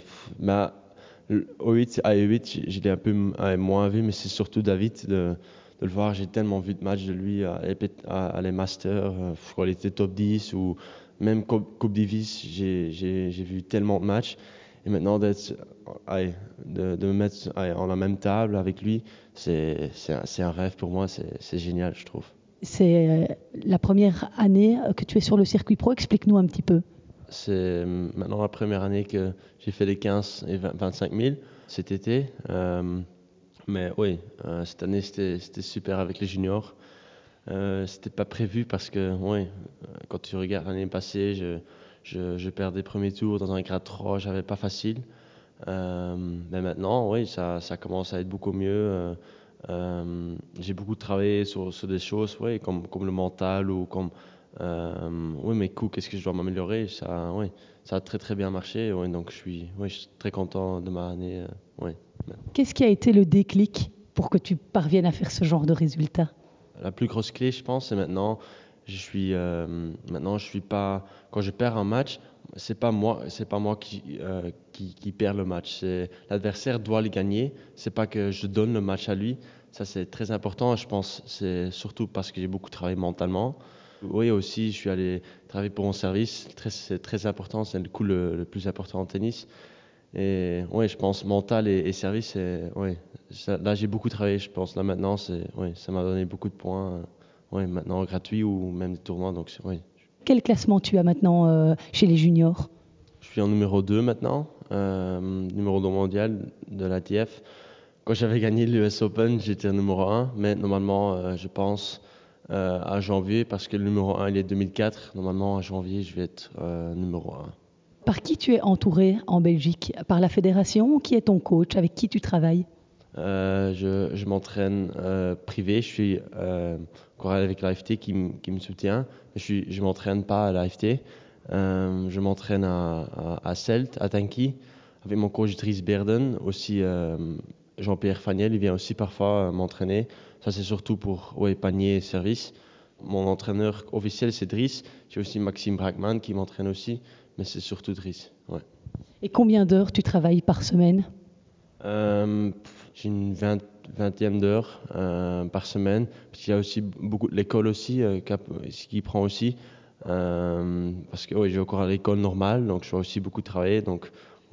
Hewitt, je l'ai un peu moins vu, mais c'est surtout David de le voir. J'ai tellement vu de matchs de lui à les Masters, quand il était top 10 ou même Coupe Davis, j'ai vu tellement de matchs. Et maintenant de me mettre en la même table avec lui, c'est un rêve pour moi, c'est génial, je trouve. C'est la première année que tu es sur le circuit pro. Explique-nous un petit peu. C'est maintenant la première année que j'ai fait les 15 et 25 000 cet été. Mais oui, cette année c'était super avec les juniors. C'était pas prévu parce que quand tu regardes l'année passée, je perdais premier tour dans un grade 3, j'avais pas facile. Mais maintenant, oui, ça commence à être beaucoup mieux. J'ai beaucoup travaillé sur des choses, comme le mental ou comme mes coups, qu'est-ce que je dois m'améliorer. Ça a très très bien marché. Donc je suis très content de ma année. Qu'est-ce qui a été le déclic pour que tu parviennes à faire ce genre de résultat? La plus grosse clé, je pense, c'est maintenant, je suis pas. Quand je perds un match, c'est pas moi qui perds le match. C'est l'adversaire doit le gagner. C'est pas que je donne le match à lui. Ça, c'est très important. Je pense, c'est surtout parce que j'ai beaucoup travaillé mentalement. Oui, aussi, je suis allé travailler pour mon service. C'est très important. C'est le coup le plus important en tennis. Et je pense mental et service, là j'ai beaucoup travaillé, je pense. Là maintenant, ça m'a donné beaucoup de points. Maintenant gratuits ou même des tournois. Donc Quel classement tu as maintenant chez les juniors? Je suis en numéro 2 maintenant, numéro 2 mondial de l'ATF. Quand j'avais gagné l'US Open, j'étais numéro 1, mais normalement, je pense à janvier, parce que le numéro 1 il est 2004. Normalement, à janvier, je vais être numéro 1. Par qui tu es entouré en Belgique? Par la fédération? Qui est ton coach? Avec qui tu travailles? Je m'entraîne privé. Je suis encore avec l'AFT qui me soutient. Mais je m'entraîne pas à l'AFT. Je m'entraîne à Celt, à Tanki, avec mon coach Dries Beerden. Aussi Jean-Pierre Faniel, il vient aussi parfois m'entraîner. Ça, c'est surtout pour panier et service. Mon entraîneur officiel, c'est Dries. J'ai aussi Maxime Brackman qui m'entraîne aussi. Mais c'est surtout Dries. Ouais. Et combien d'heures tu travailles par semaine? J'ai une vingtaine d'heures par semaine. Parce qu'il y a aussi beaucoup l'école aussi qui prend aussi. Parce que j'ai encore à l'école normale, donc je dois aussi beaucoup travailler. Donc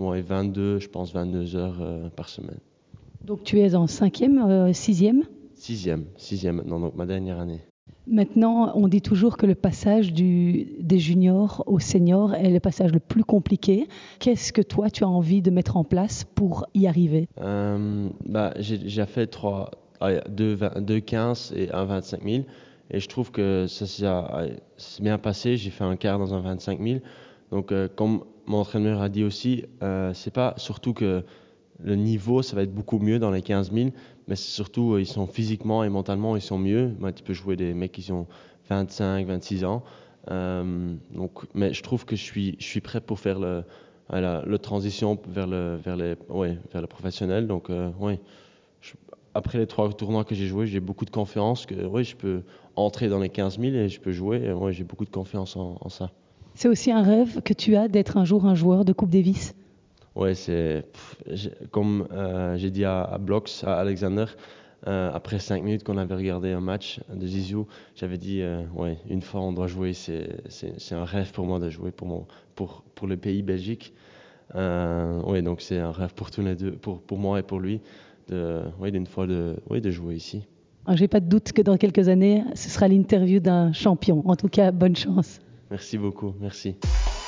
22 heures par semaine. Donc tu es en 5e, 6e? 6e maintenant, donc ma dernière année. Maintenant, on dit toujours que le passage des juniors aux seniors est le passage le plus compliqué. Qu'est-ce que toi, tu as envie de mettre en place pour y arriver? J'ai fait 2 15 et un 25 000. Et je trouve que ça s'est bien passé. J'ai fait un quart dans un 25 000. Donc, comme mon entraîneur a dit aussi, c'est pas surtout que le niveau, ça va être beaucoup mieux dans les 15 000, mais c'est surtout, ils sont physiquement et mentalement, ils sont mieux. Moi, tu peux jouer des mecs qui ont 25, 26 ans. Mais je trouve que je suis prêt pour faire la transition vers le professionnel. Donc, après les 3 tournois que j'ai joués, j'ai beaucoup de confiance que je peux entrer dans les 15 000 et je peux jouer. Et, j'ai beaucoup de confiance en ça. C'est aussi un rêve que tu as d'être un jour un joueur de Coupe Davis? ouais, comme j'ai dit à Blox, à Alexander, après 5 minutes qu'on avait regardé un match de Zizou, j'avais dit, ouais, une fois on doit jouer, c'est un rêve pour moi de jouer pour le pays Belgique. Ouais, donc c'est un rêve pour tous les deux, pour moi et pour lui, d'une fois de jouer ici. J'ai pas de doute que dans quelques années, ce sera l'interview d'un champion. En tout cas, bonne chance. Merci beaucoup, merci.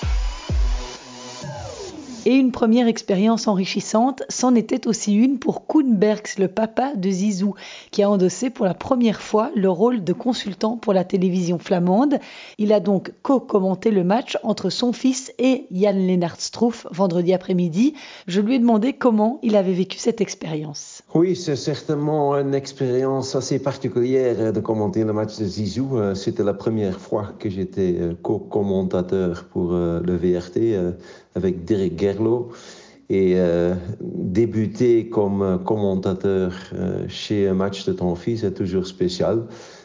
Et une première expérience enrichissante, c'en était aussi une pour Koen Berks, le papa de Zizou, qui a endossé pour la première fois le rôle de consultant pour la télévision flamande. Il a donc co-commenté le match entre son fils et Jan-Lennart Struff vendredi après-midi. Je lui ai demandé comment il avait vécu cette expérience. Oui, c'est certainement une expérience assez particulière de commenter le match de Zizou. C'était la première fois que j'étais co-commentateur pour le VRT avec Derek Gerlo. Et débuter comme commentateur chez un match de ton fils est toujours spécial.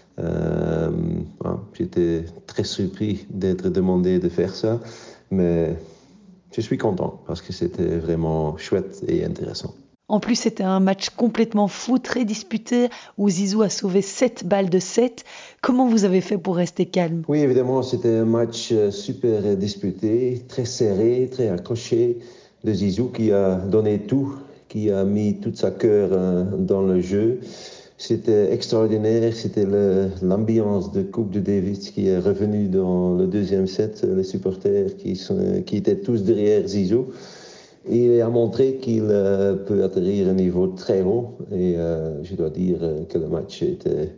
J'étais très surpris d'être demandé de faire ça, mais je suis content parce que c'était vraiment chouette et intéressant. En plus, c'était un match complètement fou, très disputé, où Zizou a sauvé 7 balles de 7. Comment vous avez fait pour rester calme ? Oui, évidemment, c'était un match super disputé, très serré, très accroché de Zizou qui a donné tout, qui a mis toute sa cœur dans le jeu. C'était extraordinaire, c'était l'ambiance de Coupe de Davis qui est revenue dans le deuxième set, les supporters qui étaient tous derrière Zizou. Il a montré qu'il peut atterrir à un niveau très haut et je dois dire que le match était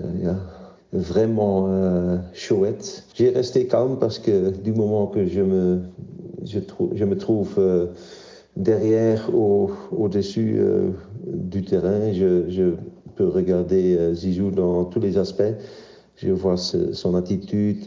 vraiment chouette. J'ai resté calme parce que du moment que je me trouve derrière, au-dessus du terrain, je peux regarder Zizou dans tous les aspects. Je vois son attitude,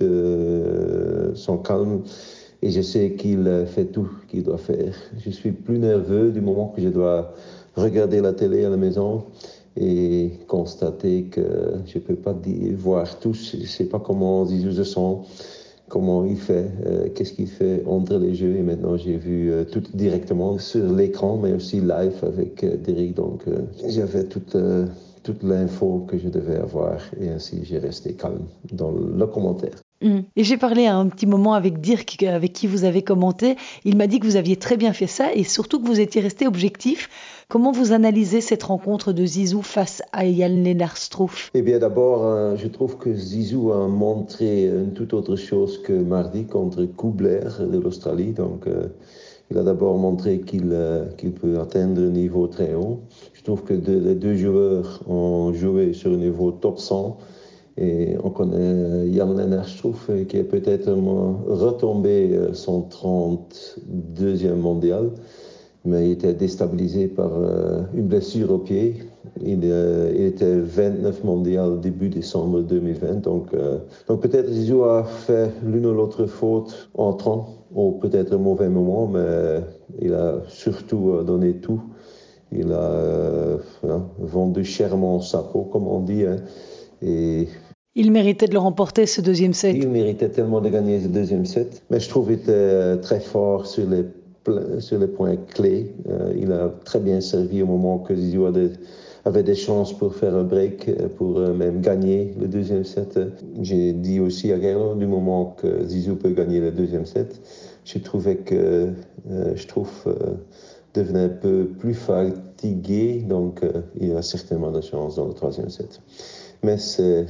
son calme. Et je sais qu'il fait tout qu'il doit faire. Je suis plus nerveux du moment que je dois regarder la télé à la maison et constater que je ne peux pas voir tout. Je ne sais pas comment Zizou se sent, comment il fait, qu'est-ce qu'il fait entre les jeux. Et maintenant, j'ai vu tout directement sur l'écran, mais aussi live avec Derek. Donc, j'avais toute l'info que je devais avoir. Et ainsi, j'ai resté calme dans le commentaire. Et j'ai parlé à un petit moment avec Dirk, avec qui vous avez commenté. Il m'a dit que vous aviez très bien fait ça et surtout que vous étiez resté objectif. Comment vous analysez cette rencontre de Zizou face à Jan-Lennart Struff ? Eh bien, d'abord, je trouve que Zizou a montré une toute autre chose que mardi contre Kubler de l'Australie. Donc, il a d'abord montré qu'il peut atteindre un niveau très haut. Je trouve que les deux joueurs ont joué sur un niveau top 100. Et on connaît Jan-Lennart Struff qui est peut-être retombé son 32e mondial, mais il était déstabilisé par une blessure au pied. Il était 29 mondial début décembre 2020. Donc peut-être Zizou a fait l'une ou l'autre faute entrant, ou peut-être un mauvais moment, mais il a surtout donné tout. Il a vendu chèrement sa peau, comme on dit. Et il méritait de le remporter, ce deuxième set. Il méritait tellement de gagner ce deuxième set. Mais je trouve qu'il était très fort sur les points clés. Il a très bien servi au moment que Zizou avait des chances pour faire un break, pour même gagner le deuxième set. J'ai dit aussi à Gerlo, du moment que Zizou peut gagner le deuxième set, je trouvais que Struff devenait un peu plus fatigué. Donc, il a certainement de chance dans le troisième set. Mais c'est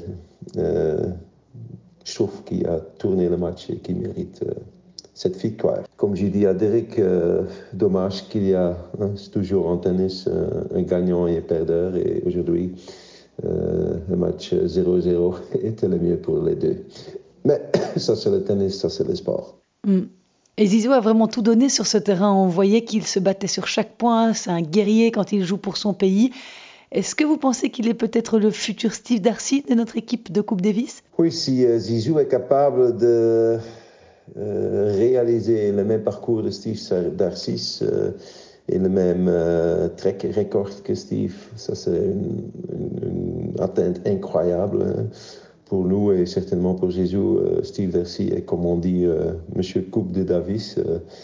Struff qui a tourné le match et qui mérite cette victoire. Comme j'ai dit à Derek, dommage qu'il y a, c'est toujours en tennis, un gagnant et un perdeur. Et aujourd'hui, le match 0-0 était le mieux pour les deux. Mais ça, c'est le tennis, ça, c'est le sport. Et Zizou a vraiment tout donné sur ce terrain. On voyait qu'il se battait sur chaque point. C'est un guerrier quand il joue pour son pays. Est-ce que vous pensez qu'il est peut-être le futur Steve Darcis de notre équipe de Coupe Davis ? Oui, si Zizou est capable de réaliser le même parcours de Steve Darcis et le même track record que Steve, ça serait une atteinte incroyable pour nous et certainement pour Zizou. Steve Darcis est, comme on dit, Monsieur Coupe de Davis.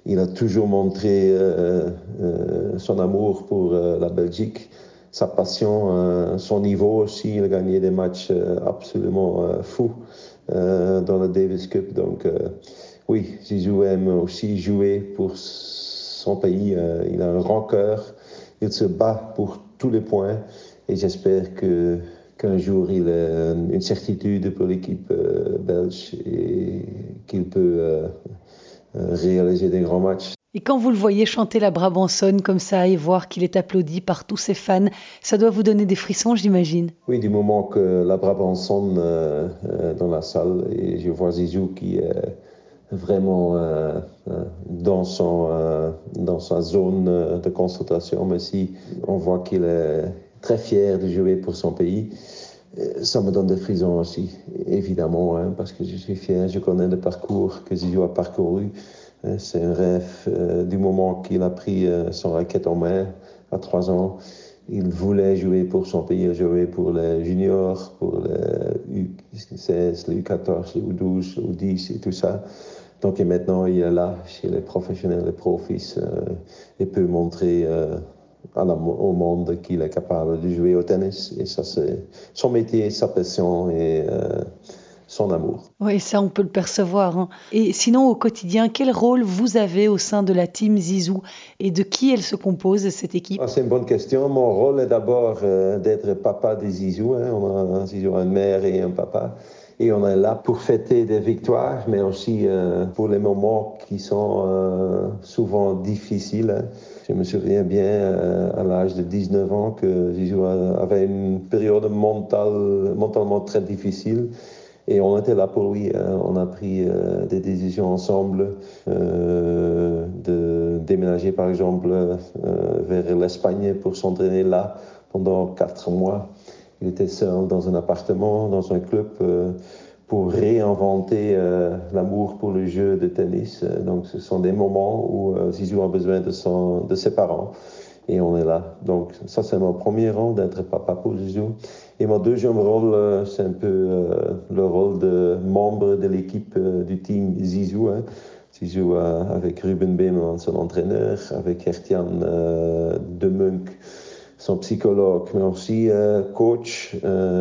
il a toujours montré son amour pour la Belgique, sa passion, son niveau aussi. Il a gagné des matchs absolument fous dans la Davis Cup. Donc oui, Zizou aime aussi jouer pour son pays. Il a un grand cœur. Il se bat pour tous les points. Et j'espère qu'un jour, il a une certitude pour l'équipe belge et qu'il peut réaliser des grands matchs. Et quand vous le voyez chanter la Brabançonne comme ça et voir qu'il est applaudi par tous ses fans, ça doit vous donner des frissons, j'imagine. Oui, du moment que la Brabançonne dans la salle et je vois Zizou qui est vraiment dans sa zone de concentration, mais si on voit qu'il est très fier de jouer pour son pays, ça me donne des frissons aussi, évidemment, parce que je suis fier, je connais le parcours que Zizou a parcouru. C'est un rêve du moment qu'il a pris son raquette en main à 3 ans. Il voulait jouer pour son pays, il jouait pour les juniors, pour les U16, les U14, les U12, les U10 et tout ça. Donc et maintenant, il est là chez les professionnels, les profis, et peut montrer au monde qu'il est capable de jouer au tennis. Et ça, c'est son métier, sa passion et son amour. Oui, ça, on peut le percevoir. Hein. Et sinon, au quotidien, quel rôle vous avez au sein de la team Zizou et de qui elle se compose, cette équipe? C'est une bonne question. Mon rôle est d'abord d'être papa de Zizou. Zizou a une mère et un papa. Et on est là pour fêter des victoires, mais aussi pour les moments qui sont souvent difficiles. Je me souviens bien à l'âge de 19 ans que Zizou avait une période mentalement très difficile. Et on était là pour lui. On a pris des décisions ensemble de déménager, par exemple, vers l'Espagne pour s'entraîner là pendant 4 mois. Il était seul dans un appartement, dans un club, pour réinventer l'amour pour le jeu de tennis. Donc, ce sont des moments où Zizou a besoin de ses parents. Et on est là. Donc, ça, c'est mon premier rôle, d'être papa pour Zizou. Et mon deuxième rôle, c'est un peu le rôle de membre de l'équipe du team Zizou. Zizou avec Ruben Beeman, son entraîneur, avec Hertian de Munk, son psychologue, mais aussi coach.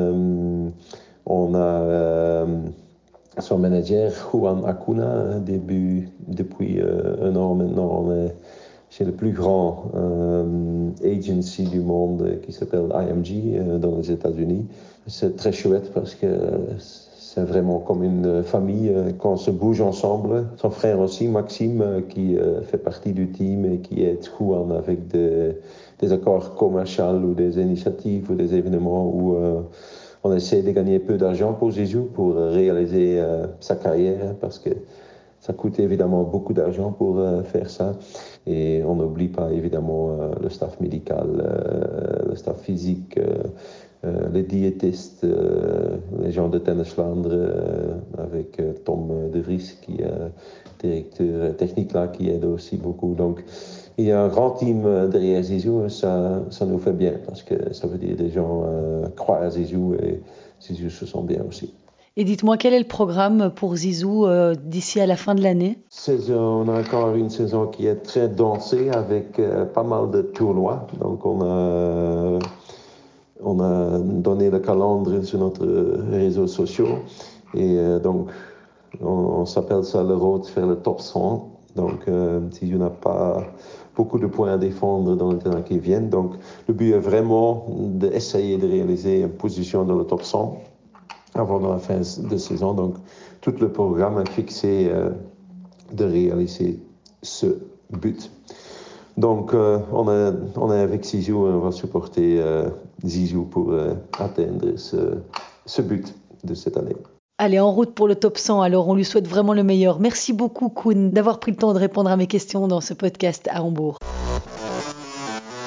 On a son manager, Juan Acuna, depuis 1 an maintenant. On est chez le plus grand agency du monde qui s'appelle IMG dans les États-Unis. C'est très chouette parce que c'est vraiment comme une famille quand on se bouge ensemble. Son frère aussi, Maxime, qui fait partie du team et qui aide Juan avec des accords commerciaux ou des initiatives ou des événements où on essaie de gagner peu d'argent pour Zizou pour réaliser sa carrière parce que ça coûte évidemment beaucoup d'argent pour faire ça. Et on n'oublie pas évidemment le staff médical, le staff physique, les diétistes, les gens de Tennis Flandre avec Tom De Vries qui est directeur technique là, qui aide aussi beaucoup. Donc il y a un grand team derrière Zizou, ça nous fait bien parce que ça veut dire que les gens croient à Zizou et Zizou se sent bien aussi. Et dites-moi, quel est le programme pour Zizou d'ici à la fin de l'année? On a encore une saison qui est très dansée avec pas mal de tournois. Donc on a donné le calendrier sur notre réseaux sociaux. Et donc on s'appelle ça le road vers le top 100. Donc Zizou n'a pas beaucoup de points à défendre dans le terrain qui viennent. Donc le but est vraiment d'essayer de réaliser une position dans le top 100 avant la fin de saison. Donc, tout le programme est fixé de réaliser ce but. Donc, on est avec Zizou, on va supporter Zizou pour atteindre ce but de cette année. Allez, en route pour le top 100, alors on lui souhaite vraiment le meilleur. Merci beaucoup, Koen, d'avoir pris le temps de répondre à mes questions dans ce podcast à Hambourg.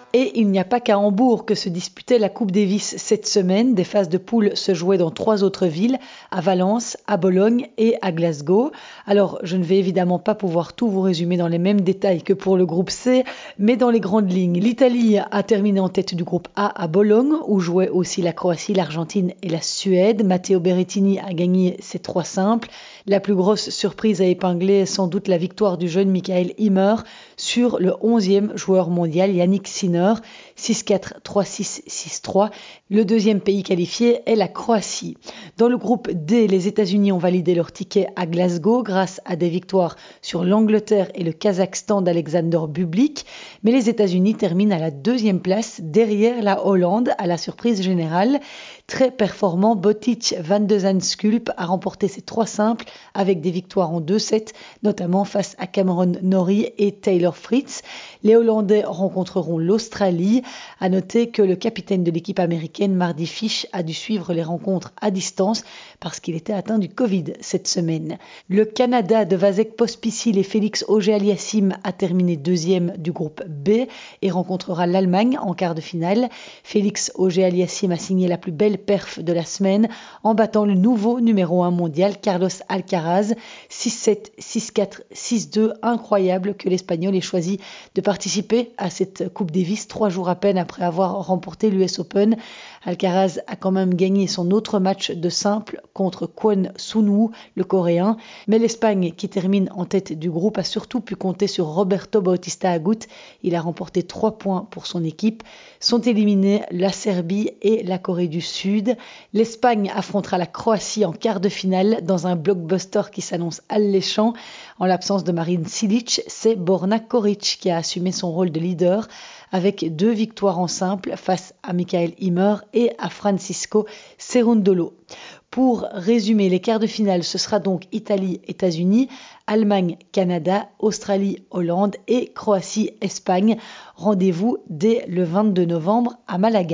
Et il n'y a pas qu'à Hambourg que se disputait la Coupe Davis cette semaine. Des phases de poule se jouaient dans 3 autres villes, à Valence, à Bologne et à Glasgow. Alors, je ne vais évidemment pas pouvoir tout vous résumer dans les mêmes détails que pour le groupe C, mais dans les grandes lignes. L'Italie a terminé en tête du groupe A à Bologne, où jouaient aussi la Croatie, l'Argentine et la Suède. Matteo Berrettini a gagné ses 3 simples. La plus grosse surprise à épingler est sans doute la victoire du jeune Michael Himmer sur le 11e joueur mondial Yannick Sinner, 6-4, 3-6, 6-3. Le deuxième pays qualifié est la Croatie. Dans le groupe D, les États-Unis ont validé leur ticket à Glasgow grâce à des victoires sur l'Angleterre et le Kazakhstan d'Alexander Bublik. Mais les États-Unis terminent à la 2e place derrière la Hollande à la surprise générale. Très performant, Botic van de Zandschulp a remporté ses 3 simples avec des victoires en 2 sets, notamment face à Cameron Norrie et Taylor Fritz. Les Hollandais rencontreront l'Australie. À noter que le capitaine de l'équipe américaine, Mardy Fish, a dû suivre les rencontres à distance parce qu'il était atteint du Covid cette semaine. Le Canada de Vasek Pospisil et Félix Auger-Aliassime a terminé 2e du groupe B et rencontrera l'Allemagne en quart de finale. Félix Auger-Aliassime a signé la plus belle perf de la semaine en battant le nouveau numéro 1 mondial Carlos Alcaraz 6-7, 6-4, 6-2. Incroyable que l'Espagnol ait choisi de participer à cette Coupe Davis 3 jours à peine après avoir remporté l'US Open. Alcaraz a quand même gagné son autre match de simple contre Kwon Soon-woo, le Coréen. Mais l'Espagne, qui termine en tête du groupe, a surtout pu compter sur Roberto Bautista Agut. Il a remporté 3 points pour son équipe. Sont éliminés la Serbie et la Corée du Sud. L'Espagne affrontera la Croatie en quart de finale dans un blockbuster qui s'annonce alléchant. En l'absence de Marin Cilic, c'est Borna Koric qui a assumé son rôle de leader avec 2 victoires en simple face à Michael Himmer et à Francisco Cerundolo. Pour résumer, les quarts de finale, ce sera donc Italie-États-Unis, Allemagne-Canada, Australie-Hollande et Croatie-Espagne. Rendez-vous dès le 22 novembre à Malaga.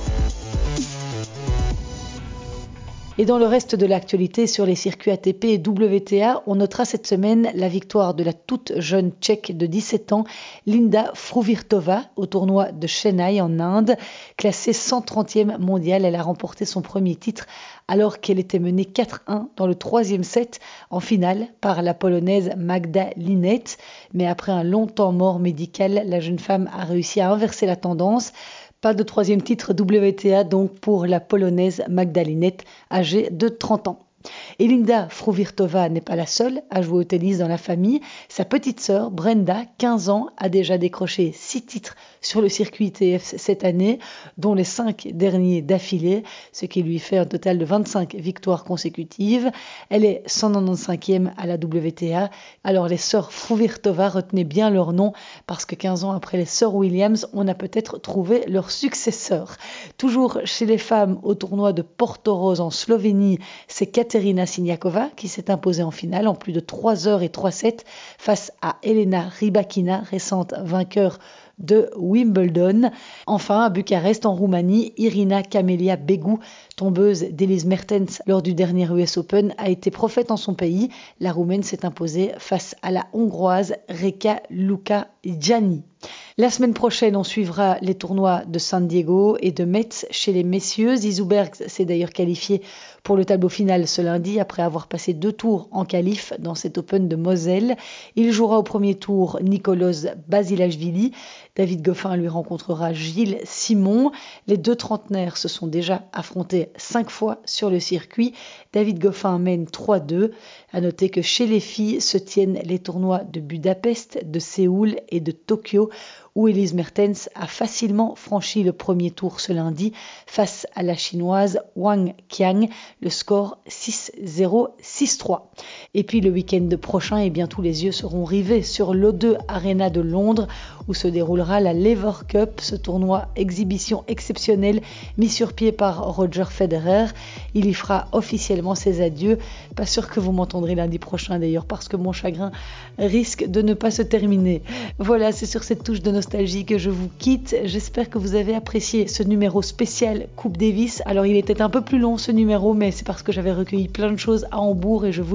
Et dans le reste de l'actualité sur les circuits ATP et WTA, on notera cette semaine la victoire de la toute jeune Tchèque de 17 ans, Linda Fruhvirtova, au tournoi de Chennai en Inde. Classée 130e mondiale, elle a remporté son premier titre alors qu'elle était menée 4-1 dans le 3e set en finale par la Polonaise Magda Linette. Mais après un long temps mort médical, la jeune femme a réussi à inverser la tendance. Pas de 3e titre WTA donc pour la Polonaise Magda Linette, âgée de 30 ans. Et Linda Fruhvirtova n'est pas la seule à jouer au tennis dans la famille. Sa petite sœur, Brenda, 15 ans, a déjà décroché 6 titres sur le circuit ITF cette année, dont les 5 derniers d'affilée, ce qui lui fait un total de 25 victoires consécutives. Elle est 195e à la WTA. Alors les sœurs Fruhvirtova, retenez bien leur nom, parce que 15 ans après les sœurs Williams, on a peut-être trouvé leur successeur. Toujours chez les femmes, au tournoi de Portoroz en Slovénie, c'est Katerina Siniakova qui s'est imposée en finale en plus de 3 heures et 3 sets face à Elena Rybakina, récente vainqueur de Wimbledon. Enfin, à Bucarest, en Roumanie, Irina Camelia Begu, tombeuse d'Elise Mertens lors du dernier US Open, a été prophète en son pays. La Roumaine s'est imposée face à la Hongroise Reka Luca-Gianni. La semaine prochaine, on suivra les tournois de San Diego et de Metz chez les messieurs. Zizou Bergs s'est d'ailleurs qualifié pour le tableau final ce lundi après avoir passé 2 tours en qualif dans cet Open de Moselle. Il jouera au premier tour Nicolas Basilashvili. David Goffin lui rencontrera Gilles Simon. Les 2 trentenaires se sont déjà affrontés 5 fois sur le circuit. David Goffin mène 3-2. À noter que chez les filles se tiennent les tournois de Budapest, de Séoul et de Tokyo, où Elise Mertens a facilement franchi le premier tour ce lundi face à la chinoise Wang Qiang, le score 6-0, 6-3. Et puis le week-end prochain, eh bien, tous les yeux seront rivés sur l'O2 Arena de Londres, où se déroulera la Lever Cup, ce tournoi exhibition exceptionnelle mis sur pied par Roger Federer. Il y fera officiellement ses adieux. Pas sûr que vous m'entendrez lundi prochain d'ailleurs, parce que mon chagrin risque de ne pas se terminer. Voilà, c'est sur cette touche de nostalgie que je vous quitte. J'espère que vous avez apprécié ce numéro spécial Coupe Davis. Alors il était un peu plus long ce numéro, mais c'est parce que j'avais recueilli plein de choses à Hambourg et je voulais vous en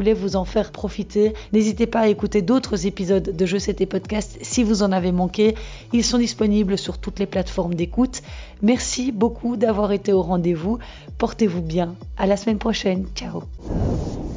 en faire profiter. N'hésitez pas à écouter d'autres épisodes de Je sais tes podcasts si vous en avez manqué. Ils sont disponibles sur toutes les plateformes d'écoute. Merci beaucoup d'avoir été au rendez-vous. Portez-vous bien. À la semaine prochaine. Ciao.